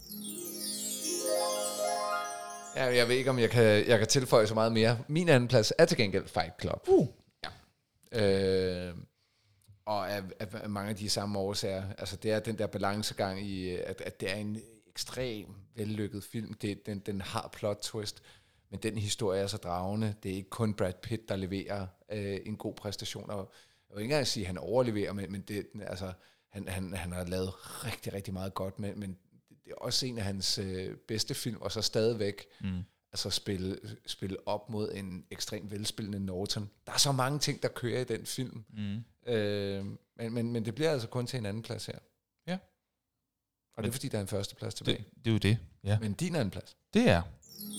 Ja, jeg ved ikke, om jeg kan tilføje så meget mere. Min anden plads er til gengæld Fight Club. Ja. Og af mange af de samme årsager. Altså, det er den der balancegang i, at det er en ekstrem vellykket film. Den har plot twist, men den historie er så dragende. Det er ikke kun Brad Pitt, der leverer en god præstation. Og jeg vil ikke engang sige, at han overleverer, men det, altså, han har lavet rigtig, rigtig meget godt, men det er også en af hans bedste film, og så stadigvæk altså spille op mod en ekstremt velspillende Norton. Der er så mange ting, der kører i den film. Men det bliver altså kun til en anden plads her. Ja. Og det er fordi, der er en første plads tilbage. Det er jo det, ja. Men din anden plads? Det er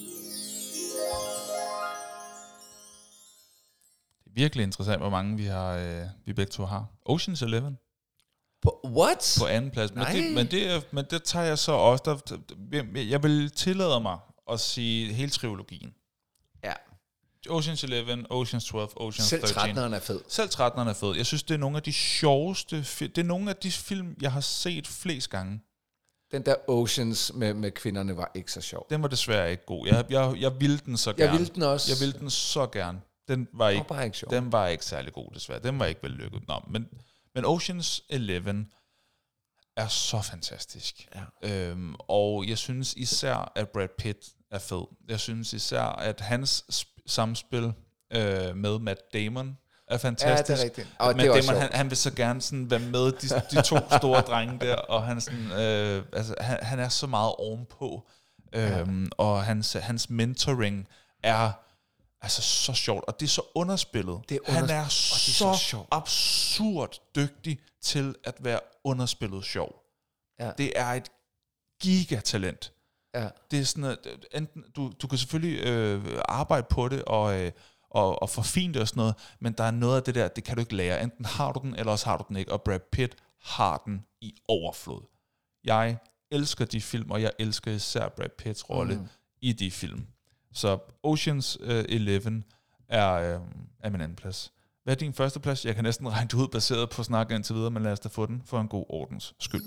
virkelig interessant, hvor mange vi begge to har. Ocean's 11. What? På anden plads. Men det tager jeg så også. Jeg vil tillade mig at sige hele trilogien. Ja. Ocean's 11, Ocean's 12, Ocean's Selv 13. 13'eren er fed. Selv 13'eren er fed. Jeg synes, det er nogle af de sjoveste det er nogle af de film, jeg har set flest gange. Den der Oceans med kvinderne var ikke så sjov. Den var desværre ikke god. Jeg ville den så gerne. Jeg ville den også. Jeg ville den så gerne. Den var ikke sjov. Den var ikke særlig god, desværre. Den var ikke vellykket. Nå, men Ocean's 11 er så fantastisk. Ja. Og jeg synes især, at Brad Pitt er fed. Jeg synes især, at hans samspil med Matt Damon er fantastisk. Ja, det er rigtigt. Og Matt det er Damon, han vil så gerne sådan være med de to store drenge der, og han, sådan, han er så meget ovenpå. Og hans mentoring er altså så sjovt, og det er så underspillet. Han er så absurd dygtig til at være underspillet sjov. Ja. Det er et gigatalent. Ja. Det er sådan, at enten, du kan selvfølgelig arbejde på det og forfine det og sådan noget, men der er noget af det der, det kan du ikke lære. Enten har du den, eller også har du den ikke, og Brad Pitt har den i overflod. Jeg elsker de film, og jeg elsker især Brad Pitts rolle i de film. Så Ocean's 11 er min anden plads. Hvad er din første plads? Jeg kan næsten regne det ud baseret på snakken indtil videre, men lad os da få den for en god ordens skyld.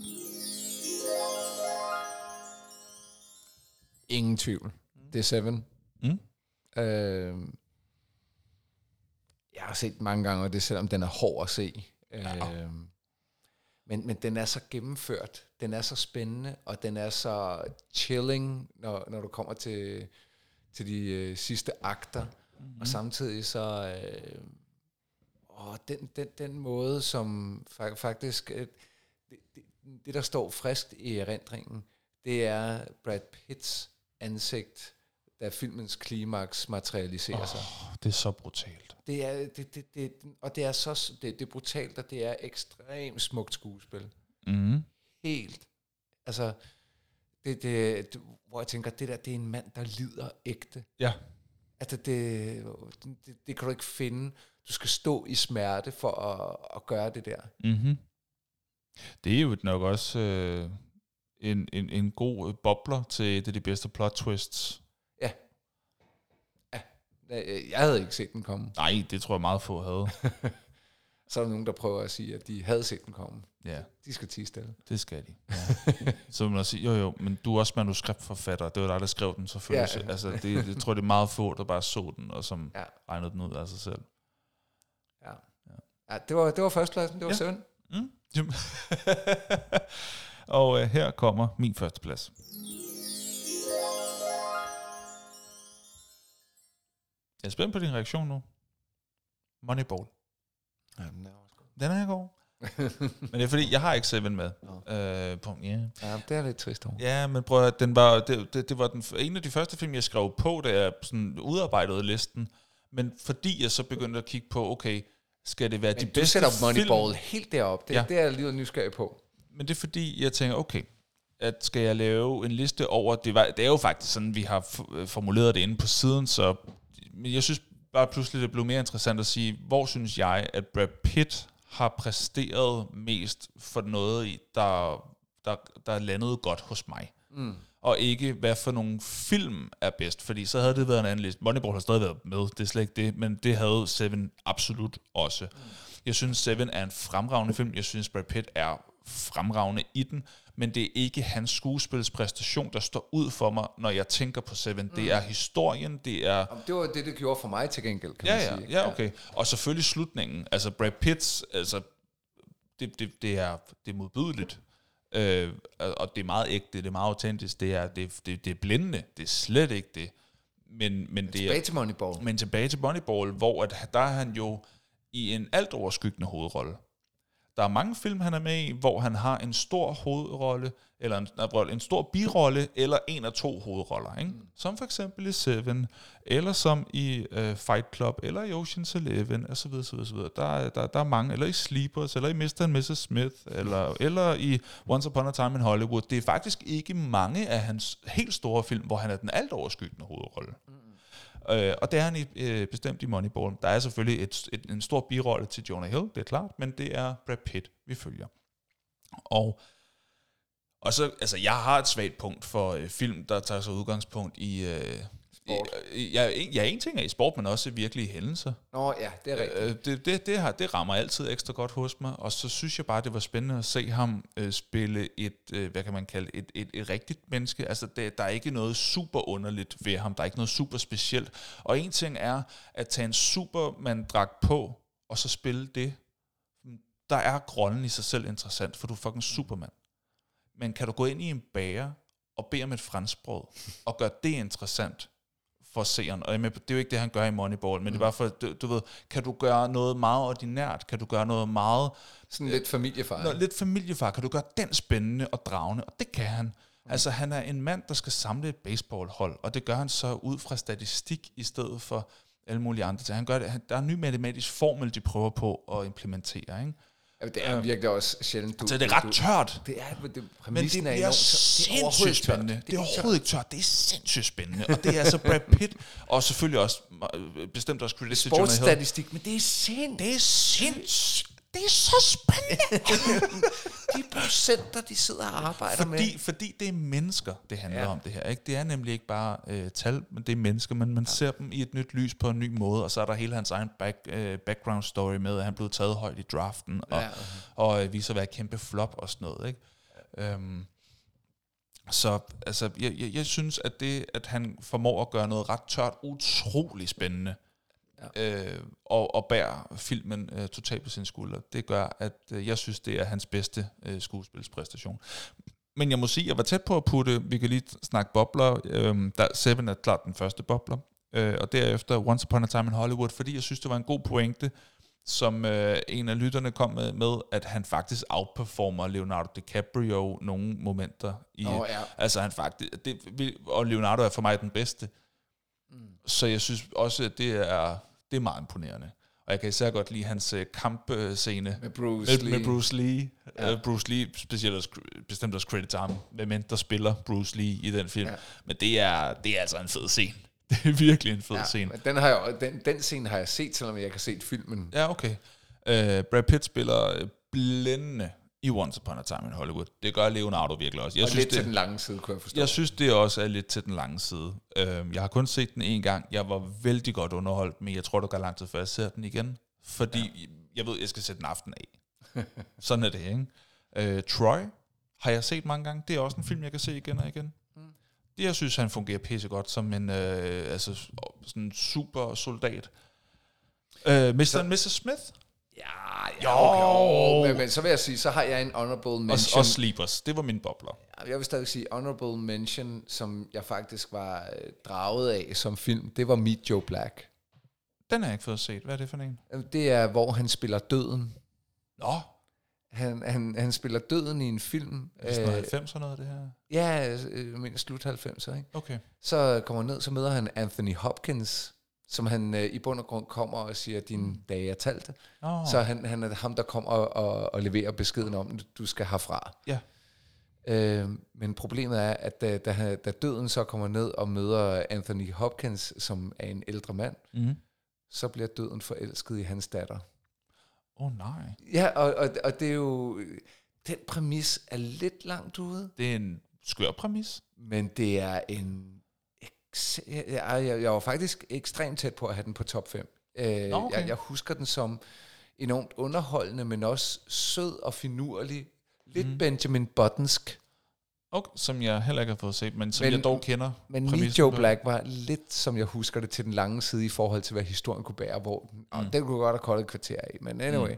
Ingen tvivl. Det er Seven. Jeg har set den mange gange, og det er selvom den er hård at se. Men den er så gennemført. Den er så spændende, og den er så chilling, når du kommer til de sidste akter. Og samtidig så... den måde, som faktisk... Det, der står frisk i erindringen, det er Brad Pitts ansigt, da filmens klimaks materialiserer sig. Det er så brutalt. Det er brutalt, og det er ekstremt smukt skuespil. Helt. Altså, hvor jeg tænker, det er en mand, der lider ægte. Ja. Altså, det kan du ikke finde. Du skal stå i smerte for at gøre det der. Det er jo nok også en god bobler til de bedste plot twists. Ja. Jeg havde ikke set den komme. Nej, det tror jeg meget få havde. Så er der nogen, der prøver at sige, at de havde set den komme. Ja. De skal tie stille. Det skal de. Ja. Så vil man sige, jo, men du er også manuskriptforfatter. Det var dig, der skrev den, selvfølgelig. Ja. Altså, det tror jeg, det er meget få, der bare så den, og som regnede den ud af sig selv. Ja, det var førstepladsen. Det var Seven. Og her kommer min første plads. Jeg er spændt på din reaktion nu. Moneyball. Ja, den er også god. Den er god. Men det er fordi, jeg har ikke Seven med. Ja, det er lidt trist over. Ja, men prøv at, det var en af de første film, jeg skrev på, da jeg sådan udarbejdede listen. Men fordi jeg så begyndte at kigge på, okay, skal det være de bedste du sætter Moneyball film? helt derop. Det er jeg lige nysgerrig på. Men det er fordi, jeg tænker, okay, at skal jeg lave en liste over, det er jo faktisk sådan, vi har formuleret det inde på siden, så jeg synes bare pludselig, det blev mere interessant at sige, hvor synes jeg, at Brad Pitt har præsteret mest for noget, der landede godt hos mig. Og ikke, hvad for nogle film er bedst, fordi så havde det været en anden liste. Moneyball har stadig været med, det er slet ikke det, men det havde Seven absolut også. Jeg synes, Seven er en fremragende film. Jeg synes, Brad Pitt er fremragende i den, men det er ikke hans skuespilspræstation, der står ud for mig, når jeg tænker på Seven. Det er historien, det er... Det var det gjorde for mig til gengæld, kan man sige. Ja, okay. Og selvfølgelig slutningen. Altså, Brad Pitts, altså, det er modbydeligt. Og det er meget ægte, det er meget autentisk, det er blindende, det er slet ikke det. Men det tilbage til Moneyball. Men tilbage til Moneyball, hvor at, der er han jo i en alt overskyggende hovedrolle. Der er mange film, han er med i, hvor han har en stor hovedrolle, eller en stor birolle, eller en af to hovedroller. Ikke? Som for eksempel i Seven, eller som i Fight Club, eller i Ocean's 11, og så videre, så videre. Der er mange, eller i Sleepers, eller i Mr. and Mrs. Smith, eller i Once Upon a Time in Hollywood. Det er faktisk ikke mange af hans helt store film, hvor han er den alt overskyggende hovedrolle. Og det er han bestemt i Moneyball. Der er selvfølgelig en stor birolle til Jonah Hill, det er klart, men det er Brad Pitt, vi følger. Og så, altså, jeg har et svagt punkt for film, der tager sig udgangspunkt i... en ting er i sport, men også virkelige hændelser. Nå ja, det er rigtigt. Det rammer altid ekstra godt hos mig, og så synes jeg bare, det var spændende at se ham spille hvad kan man kalde et rigtigt menneske. Altså, der er ikke noget super underligt ved ham, der er ikke noget super specielt. Og en ting er at tage en Superman-dragt på, og så spille det. Der er rollen i sig selv interessant, for du er fucking Superman. Men kan du gå ind i en bager og bede om et franskbrød, og gøre det interessant for seeren? Og det er jo ikke det, han gør i Moneyball, men det er bare for, du ved, kan du gøre noget meget ordinært? Kan du gøre noget meget... Sådan lidt familiefar. Lidt familiefar. Kan du gøre den spændende og dragende? Og det kan han. Altså, han er en mand, der skal samle et baseballhold, og det gør han så ud fra statistik i stedet for alle mulige andre ting. Han gør det, der er en ny matematisk formel, de prøver på at implementere, ikke? Ja, det er virkelig også sjældent. Så det er ret tørt. Det er, men det bliver sindssygt spændende. Det er overhovedet ikke tørt. Det er sindssygt spændende. Og det er altså Brad Pitt, og selvfølgelig også bestemt også credit til Jonah Hill. Sportsstatistik, men det er sindssygt. Det er så spændende. De procenter, de sidder og arbejder med. Fordi det er mennesker, det handler om det her. Ikke? Det er nemlig ikke bare tal, men det er mennesker. Men man ser dem i et nyt lys på en ny måde, og så er der hele hans egen background story med, at han blev taget højt i draften, og viser at være kæmpe flop og sådan noget. Ikke? Så altså, jeg synes, at det, at han formår at gøre noget ret tørt, utrolig spændende, og bærer filmen totalt på sine skuldre. Det gør, at jeg synes, det er hans bedste skuespilspræstation. Men jeg må sige, at jeg var tæt på at putte, vi kan lige snakke bobler, Seven er klart den første bobler, og derefter Once Upon a Time in Hollywood, fordi jeg synes, det var en god pointe, som en af lytterne kom med, at han faktisk outperformer Leonardo DiCaprio nogle momenter. Altså han faktisk, og Leonardo er for mig den bedste. Så jeg synes også, at det er meget imponerende. Og jeg kan især godt lide hans kampscene med Bruce Lee. Bruce Lee, bestemt også credit til ham, hvem der spiller Bruce Lee i den film. Men det er altså en fed scene. Det er virkelig en fed scene. Den scene har jeg set, selvom jeg ikke har set filmen. Ja, okay. Brad Pitt spiller blændende i Once Upon a Time in Hollywood. Det gør Leonardo virkelig også. Jeg synes, lidt til den lange side, kunne jeg forstå. Jeg synes, det også er lidt til den lange side. Jeg har kun set den en gang. Jeg var vældig godt underholdt, men jeg tror, det går lang tid, før jeg ser den igen. Fordi jeg ved, jeg skal sætte den aften af. Sådan er det, ikke? Troy har jeg set mange gange. Det er også en film, jeg kan se igen og igen. Det, jeg synes, han fungerer pissegodt som en sådan en super soldat. Mr. and Mrs. Smith? Okay. Men så vil jeg sige, så har jeg en honorable mention. Og Sleepers, det var min bobler. Jeg vil stadig sige honorable mention, som jeg faktisk var draget af som film, det var Meet Joe Black. Den har jeg ikke fået set. Hvad er det for en? Det er, hvor han spiller døden. Nå, Han spiller døden i en film. er det sådan noget 90 noget, det her? Ja, jeg mener slut 90'er, ikke? Okay. Så kommer han ned, så møder han Anthony Hopkins, som han i bund og grund kommer og siger, at dine dage er talte. Så han er ham, der kommer og leverer beskeden om, at du skal herfra. Ja. Men problemet er, at da døden så kommer ned og møder Anthony Hopkins, som er en ældre mand, så bliver døden forelsket i hans datter. Nej. Ja, og det er jo... Den præmis er lidt langt ude. Det er en skør præmis. Men det er en... Jeg var faktisk ekstremt tæt på at have den på top 5. Okay. Jeg husker den som enormt underholdende, men også sød og finurlig. Lidt Benjamin Buttonsk. Okay, som jeg heller ikke har fået set, men som jeg dog kender. Men lige Joe Black var lidt, som jeg husker det, til den lange side i forhold til, hvad historien kunne bære, hvor den kunne godt have koldt et kvarter i. Men anyway,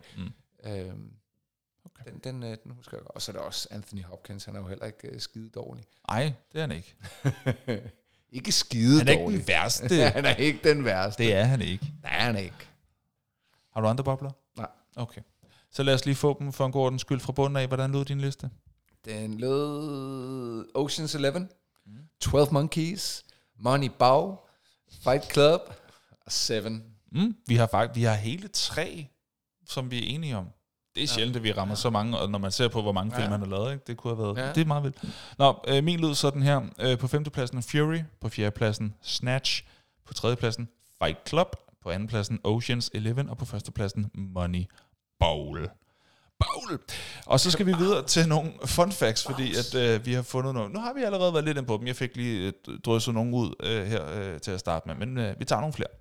Okay. den husker jeg godt. Og så er der også Anthony Hopkins, han er jo heller ikke skide dårlig. Nej, det er han ikke. Ikke skide dårlig. Han er ikke den værste. Han er ikke den værste. Det er han ikke. Nej, han er ikke. Har du andre bobler? Nej. Okay. Så lad os lige få dem for en god ordens skyld fra bunden af. Hvordan lød din liste? Den lød Ocean's 11, 12 Monkeys, Moneyball, Fight Club og Seven. Vi har hele 3, som vi er enige om. Det er sjældent, at vi rammer så mange, og når man ser på, hvor mange film han har lavet, ikke? Det kunne have været. Ja. Det er meget vildt. Nå, min lød sådan her. På 5. pladsen Fury, på 4. pladsen Snatch, på 3. pladsen Fight Club, på 2. pladsen Ocean's 11, og på 1. pladsen Moneyball. Og så skal vi videre til nogle fun facts, fordi at vi har fundet nogle. Nu har vi allerede været lidt inde på dem. Jeg fik lige drysset nogle ud her til at starte med, men vi tager nogle flere.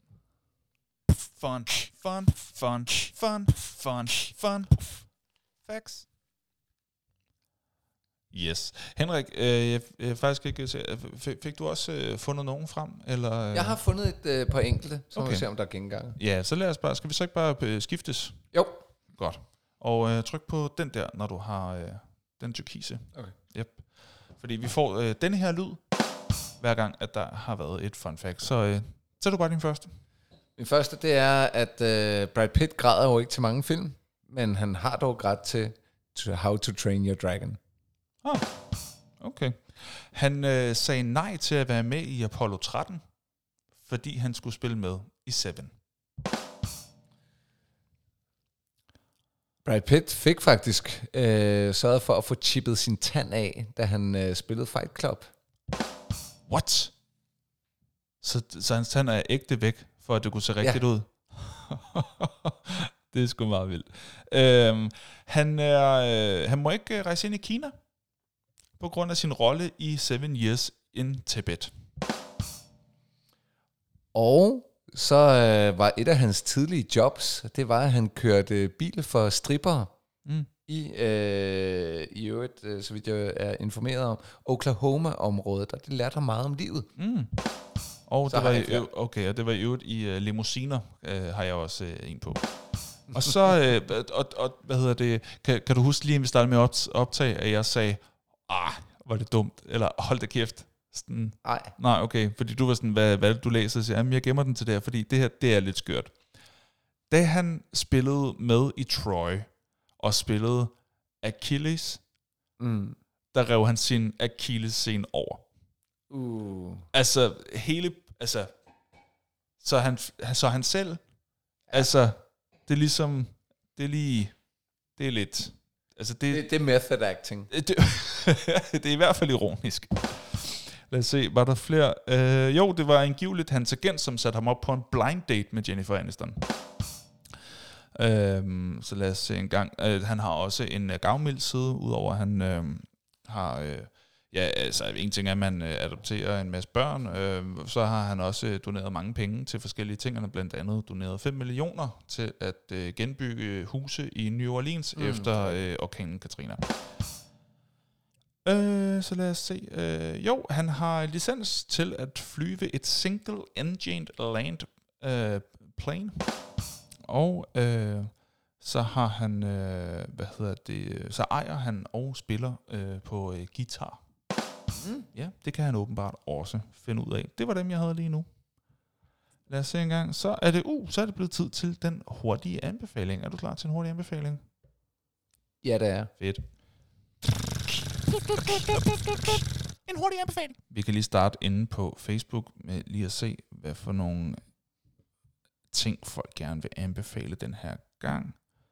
Fun facts. Yes. Henrik, jeg faktisk ikke se. Fik du også fundet nogen frem? Eller? Jeg har fundet et par enkelte, så må vi se, om der er gengange. Ja, så lad os bare. Skal vi så ikke bare skiftes? Jo. Godt. Og tryk på den der, når du har den türkise. Okay. Yep. Fordi vi får denne her lyd, hver gang, at der har været et fun fact. Så er du bare din første. Min første, det er, at Brad Pitt græder jo ikke til mange film, men han har dog grædt til How to Train Your Dragon. Okay. Han sagde nej til at være med i Apollo 13, fordi han skulle spille med i Seven. Brad Pitt fik faktisk sørget for at få chippet sin tand af, da han spillede Fight Club. What? Så hans tand er ægte væk, for at det kunne se rigtigt ud? Det er sgu meget vildt. Han må ikke rejse ind i Kina, på grund af sin rolle i 7 Years in Tibet. Og så var et af hans tidlige jobs, det var, at han kørte bil for strippere i øvrigt, så vidt jeg er informeret om, Oklahoma-området, og det lærte ham meget om livet. Og det var i øvrigt i limousiner, har jeg også en på. Og så, hvad hedder det, kan du huske lige, at vi startede med at optage, at jeg sagde, var det dumt, eller hold da kæft. Sådan, nej, okay, fordi du var sådan, hvad du læser, så jeg gemmer den til det her, fordi det her, det er lidt skørt. Da han spillede med i Troy, og spillede Achilles, der rev han sin Achilles-scene over. Altså, så han selv, altså, det er ligesom, det er lidt, altså det er method acting. Det er i hvert fald ironisk. Lad os se, var der flere? Jo, det var angiveligt hans agent, som satte ham op på en blind date med Jennifer Aniston. Så lad os se en gang. Han har også en gavmild side, udover at han har... en ting er, at man adopterer en masse børn, så har han også doneret mange penge til forskellige ting. Han har blandt andet doneret 5 millioner til at genbygge huse i New Orleans efter orkanen Katrina. Så lad os se. Jo, han har licens til at flyve et single-engined land plane. Og så har han, så ejer han og spiller på guitar. Ja, det kan han åbenbart også finde ud af. Det var dem, jeg havde lige nu. Lad os se en gang. Så er det blevet tid til den hurtige anbefaling. Er du klar til en hurtig anbefaling? Ja, det er. Fedt. En hurtig anbefaling. Vi kan lige starte inde på Facebook med lige at se, hvad for nogle ting folk gerne vil anbefale den her gang.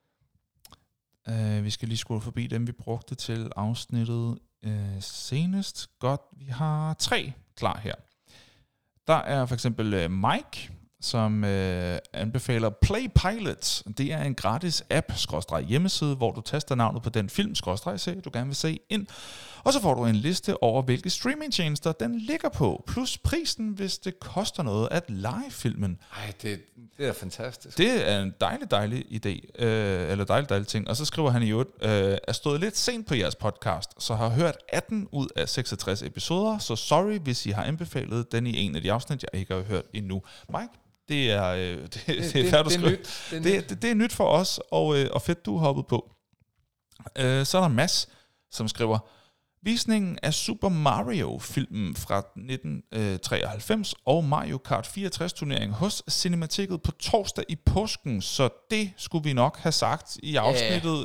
Vi skal lige scrolle forbi dem, vi brugte til afsnittet senest. Godt, vi har 3 klar her. Der er for eksempel Mike, som anbefaler Play Pilot. Det er en gratis app-hjemmeside, hvor du taster navnet på den film-serie, du gerne vil se ind. Og så får du en liste over, hvilke streamingtjenester den ligger på, plus prisen, hvis det koster noget at lege filmen. Ej, det er fantastisk. Det er en dejlig idé, eller dejlig ting. Og så skriver han i øvrigt, er stået lidt sent på jeres podcast, så har hørt 18 ud af 66 episoder, så sorry, hvis I har anbefalet den i en af de afsnit, jeg ikke har hørt endnu. Mike, det er fair, du skriver. Det er nyt for os, og fedt, du er hoppet på. Så er der Mads, som skriver, visningen af Super Mario-filmen fra 1993 og Mario Kart 64-turnering hos Cinemateket på torsdag i påsken, så det skulle vi nok have sagt i afsnittet.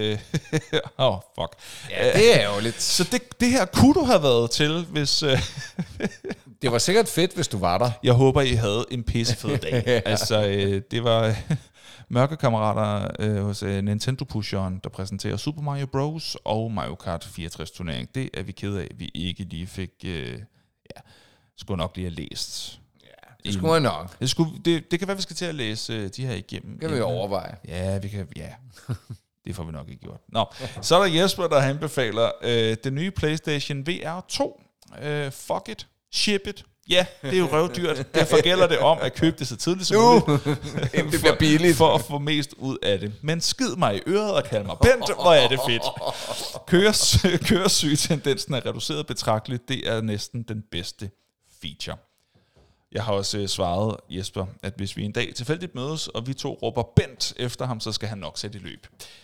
Fuck. Ja, det er jo lidt... Så det her kunne du have været til, hvis... Det var sikkert fedt, hvis du var der. Jeg håber, I havde en pissefed dag. Altså, det var... Mørke kammerater hos Nintendo-pusheren, der præsenterer Super Mario Bros. Og Mario Kart 64-turnering. Det er vi kede af, at vi ikke lige fik... skulle nok lige have læst. Ja, det skulle man nok. Det kan være, vi skal til at læse de her igennem. Det kan vi overveje. Ja, vi kan... Ja. Det får vi nok ikke gjort. Nå, så er der Jesper, der anbefaler den nye PlayStation VR 2. Fuck it. Ship it. Ja, det er jo røvdyrt. Derfor gælder det om at købe det så tidligt som muligt. Inden det bliver billigt. For at få mest ud af det. Men skid mig i øret og kald mig Bent, hvor er det fedt. Køresygetendensen er reduceret betragteligt. Det er næsten den bedste feature. Jeg har også svaret Jesper, at hvis vi en dag tilfældigt mødes, og vi 2 råber Bent efter ham, så skal han nok sætte i løb.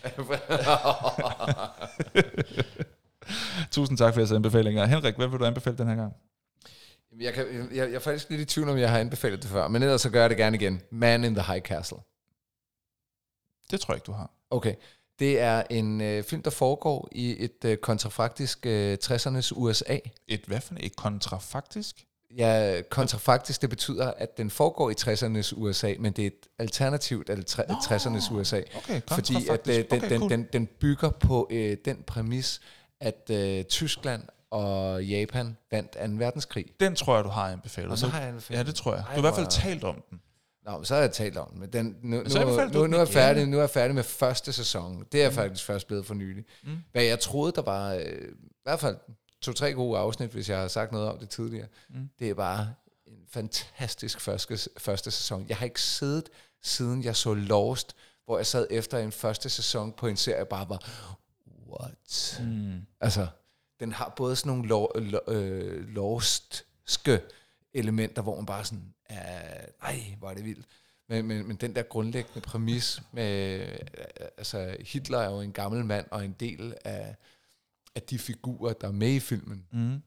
Tusind tak for jeres anbefalinger. Henrik, hvad vil du anbefale den her gang? Jeg er faktisk lidt i tvivl, om jeg har anbefalet det før, men ellers så gør jeg det gerne igen. Man in the High Castle. Det tror jeg ikke, du har. Okay. Det er en film, der foregår i et kontrafaktisk 60'ernes USA. Et hvad for et kontrafaktisk? Ja, kontrafaktisk, det betyder, at den foregår i 60'ernes USA, men det er et alternativt 60'ernes USA. Okay, fordi at den bygger på den præmis, at Tyskland og Japan vandt 2. verdenskrig. Den tror jeg, du har anbefalet. Og så har jeg anbefalet. Ja, det tror jeg. Du har i hvert fald talt om den. Nå, så har jeg talt om den. Men nu er jeg færdig med første sæson. Det er faktisk først blevet for nylig. Hvad jeg troede, der var i hvert fald 2-3 gode afsnit, hvis jeg har sagt noget om det tidligere. Det er bare en fantastisk første sæson. Jeg har ikke siddet, siden jeg så Lost, hvor jeg sad efter en første sæson på en serie, bare var, what? Altså, den har både sådan nogle Lostske elementer, hvor man bare sådan, nej, hvor er det vildt. Men den der grundlæggende præmis med, altså Hitler er jo en gammel mand, og en del af de figurer, der er med i filmen.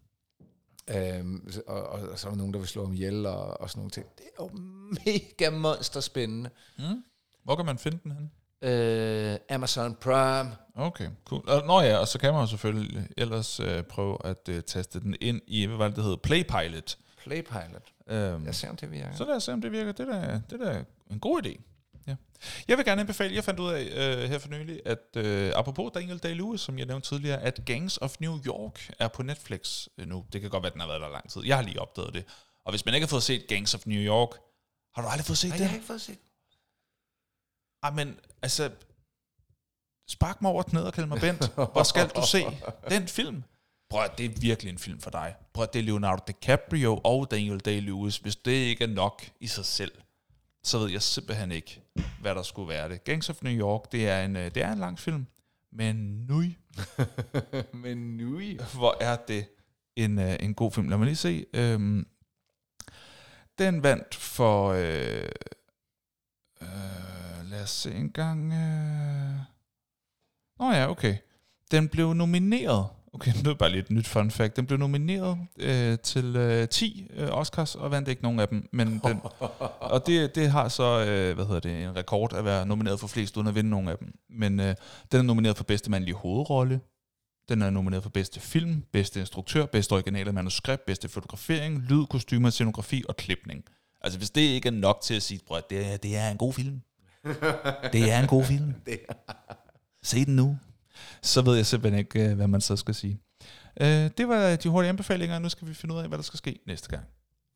Og så er der nogen, der vil slå ham ihjel, og sådan nogle ting. Det er jo mega monsterspændende. Hvor kan man finde den hen? Amazon Prime. Okay, cool. Nå ja, og så kan man jo selvfølgelig ellers prøve at taste den ind i, hvad var det hedder, Play Pilot. Play Pilot. Jeg ser, om det virker. Så lad os se, om det virker. Det er da en god idé. Ja. Jeg vil gerne anbefale, jeg fandt ud af her for nylig, at apropos Daniel Day-Lewis, som jeg nævnte tidligere, at Gangs of New York er på Netflix nu. Det kan godt være, at den har været der lang tid. Jeg har lige opdaget det. Og hvis man ikke har fået set Gangs of New York, har du aldrig fået set det? Nej, jeg har ikke fået set. Men altså, spark mig over den ned og kald mig Bent. Hvor skal du se den film? Prøv at det er virkelig en film for dig. Prøv at det er Leonardo DiCaprio og Daniel Day-Lewis. Hvis det ikke er nok i sig selv, så ved jeg simpelthen ikke, hvad der skulle være det. Gangs of New York, det er en lang film. Men nui. Hvor er det en god film. Lad mig lige se. Den vandt for... lad os se en gang... Nå ja, okay. Den blev nomineret. Okay, det er bare lige et nyt fun fact. Den blev nomineret til 10 Oscars, og vandt ikke nogen af dem. Men den, og det har så en rekord at være nomineret for flest, uden at vinde nogen af dem. Men den er nomineret for bedste mandlige hovedrolle. Den er nomineret for bedste film, bedste instruktør, bedste originale manuskript, bedste fotografering, lyd, kostymer, scenografi og klipning. Altså hvis det ikke er nok til at sige, bror, det er en god film. Det er en god film. Se den nu. Så ved jeg simpelthen ikke, hvad man så skal sige. Det var de hurtige anbefalinger, og nu skal vi finde ud af, hvad der skal ske næste gang.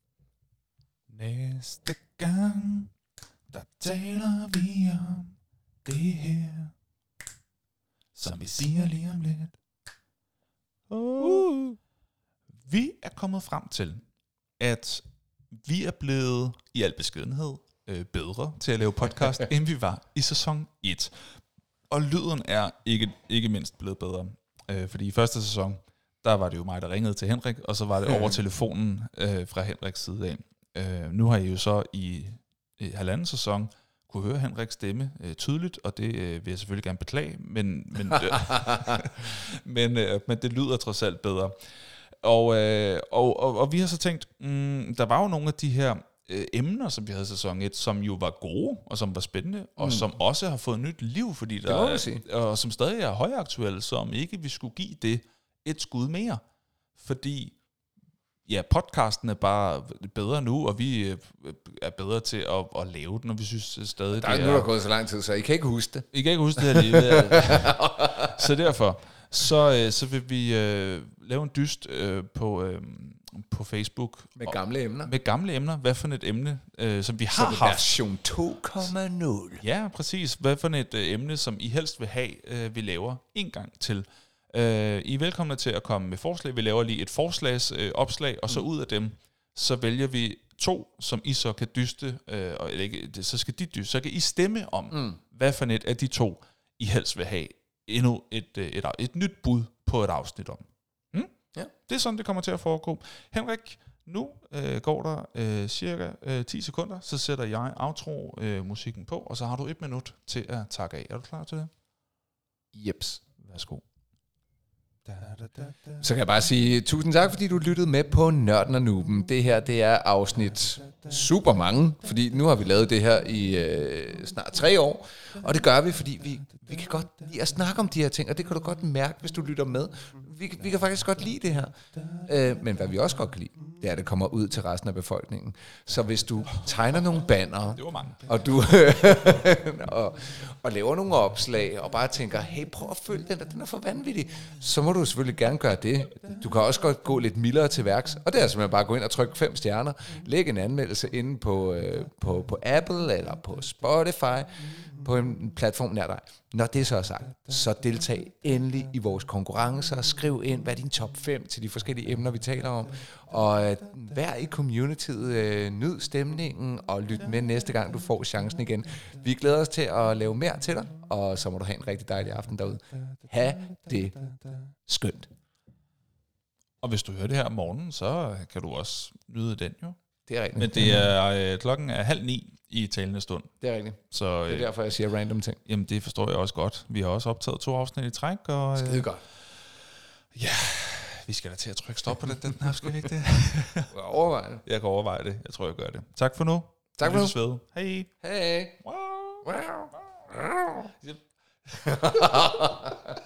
Næste gang, der taler vi om det her, som vi siger lige om lidt. Vi er kommet frem til, at vi er blevet i al beskedenhed bedre til at lave podcast, end vi var i sæson 1. Og lyden er ikke mindst blevet bedre. Fordi i første sæson, der var det jo mig, der ringede til Henrik, og så var det over telefonen fra Henriks side af. Nu har I jo så i halvanden sæson kunne høre Henriks stemme tydeligt, og det vil jeg selvfølgelig gerne beklage, men det lyder trods alt bedre. Og vi har så tænkt, der var jo nogle af de her emner, som vi havde i sæson 1, som jo var gode, og som var spændende, og som også har fået nyt liv, fordi der og som stadig er højaktuelle, som ikke vi skulle give det et skud mere. Fordi podcasten er bare bedre nu, og vi er bedre til at lave den, og vi synes stadig, der er gået så lang tid, så I kan ikke huske det. I kan ikke huske det alligevel. Så derfor, så vil vi lave en dyst på Facebook. Med gamle emner. Med gamle emner. Hvad for et emne, som vi har haft. Version 2.0. Ja, præcis. Hvad for et emne, som I helst vil have, vi laver en gang til. I er velkomne til at komme med forslag. Vi laver lige et forslagsopslag, og så ud af dem, så vælger vi 2, som I så kan dyste, så skal de dyste. Så kan I stemme om, hvad for et af de 2, I helst vil have endnu et nyt bud på et afsnit om. Ja. Det er sådan, det kommer til at foregå. Henrik, nu går der cirka 10 sekunder, så sætter jeg outro-musikken på, og så har du 1 minut til at takke af. Er du klar til det? Jeps. Værsgo. Så kan jeg bare sige tusind tak, fordi du lyttede med på Nørden og Nuben. Det her, det er afsnit super mange, fordi nu har vi lavet det her i snart 3 år. Og det gør vi, fordi vi kan godt lide at snakke om de her ting, og det kan du godt mærke, hvis du lytter med. Vi kan faktisk godt lide det her. Men hvad vi også godt kan lide, det er, at det kommer ud til resten af befolkningen. Så hvis du tegner nogle bannere, og du og laver nogle opslag, og bare tænker, hey, prøv at følge den er for vanvittig, så må du selvfølgelig gerne gøre det. Du kan også godt gå lidt mildere til værks, og det er simpelthen bare at gå ind og trykke 5 stjerner, lægge en anmeldelse inde på Apple eller på Spotify, på en platform nær dig. Når det så er sagt, så deltag endelig i vores konkurrencer, skriv ind, hvad er din top 5 til de forskellige emner, vi taler om, og vær i communityet, nyd stemningen, og lyt med næste gang, du får chancen igen. Vi glæder os til at lave mere til dig, og så må du have en rigtig dejlig aften derude. Ha' det skønt. Og hvis du hører det her om morgenen, så kan du også nyde den jo. Det er rigtigt. Men det er klokken er 8:30 i talende stund. Det er rigtigt. Så, det er derfor, jeg siger random ting. Jamen, det forstår jeg også godt. Vi har også optaget 2 afsnit i træk. Og, skide godt. Ja, vi skal da til at trykke stop på den her, skal vi ikke det? Overvej det. Jeg kan overveje det. Jeg tror, jeg gør det. Tak for nu. Tak for nu. Hej. Hej. Wow. Wow.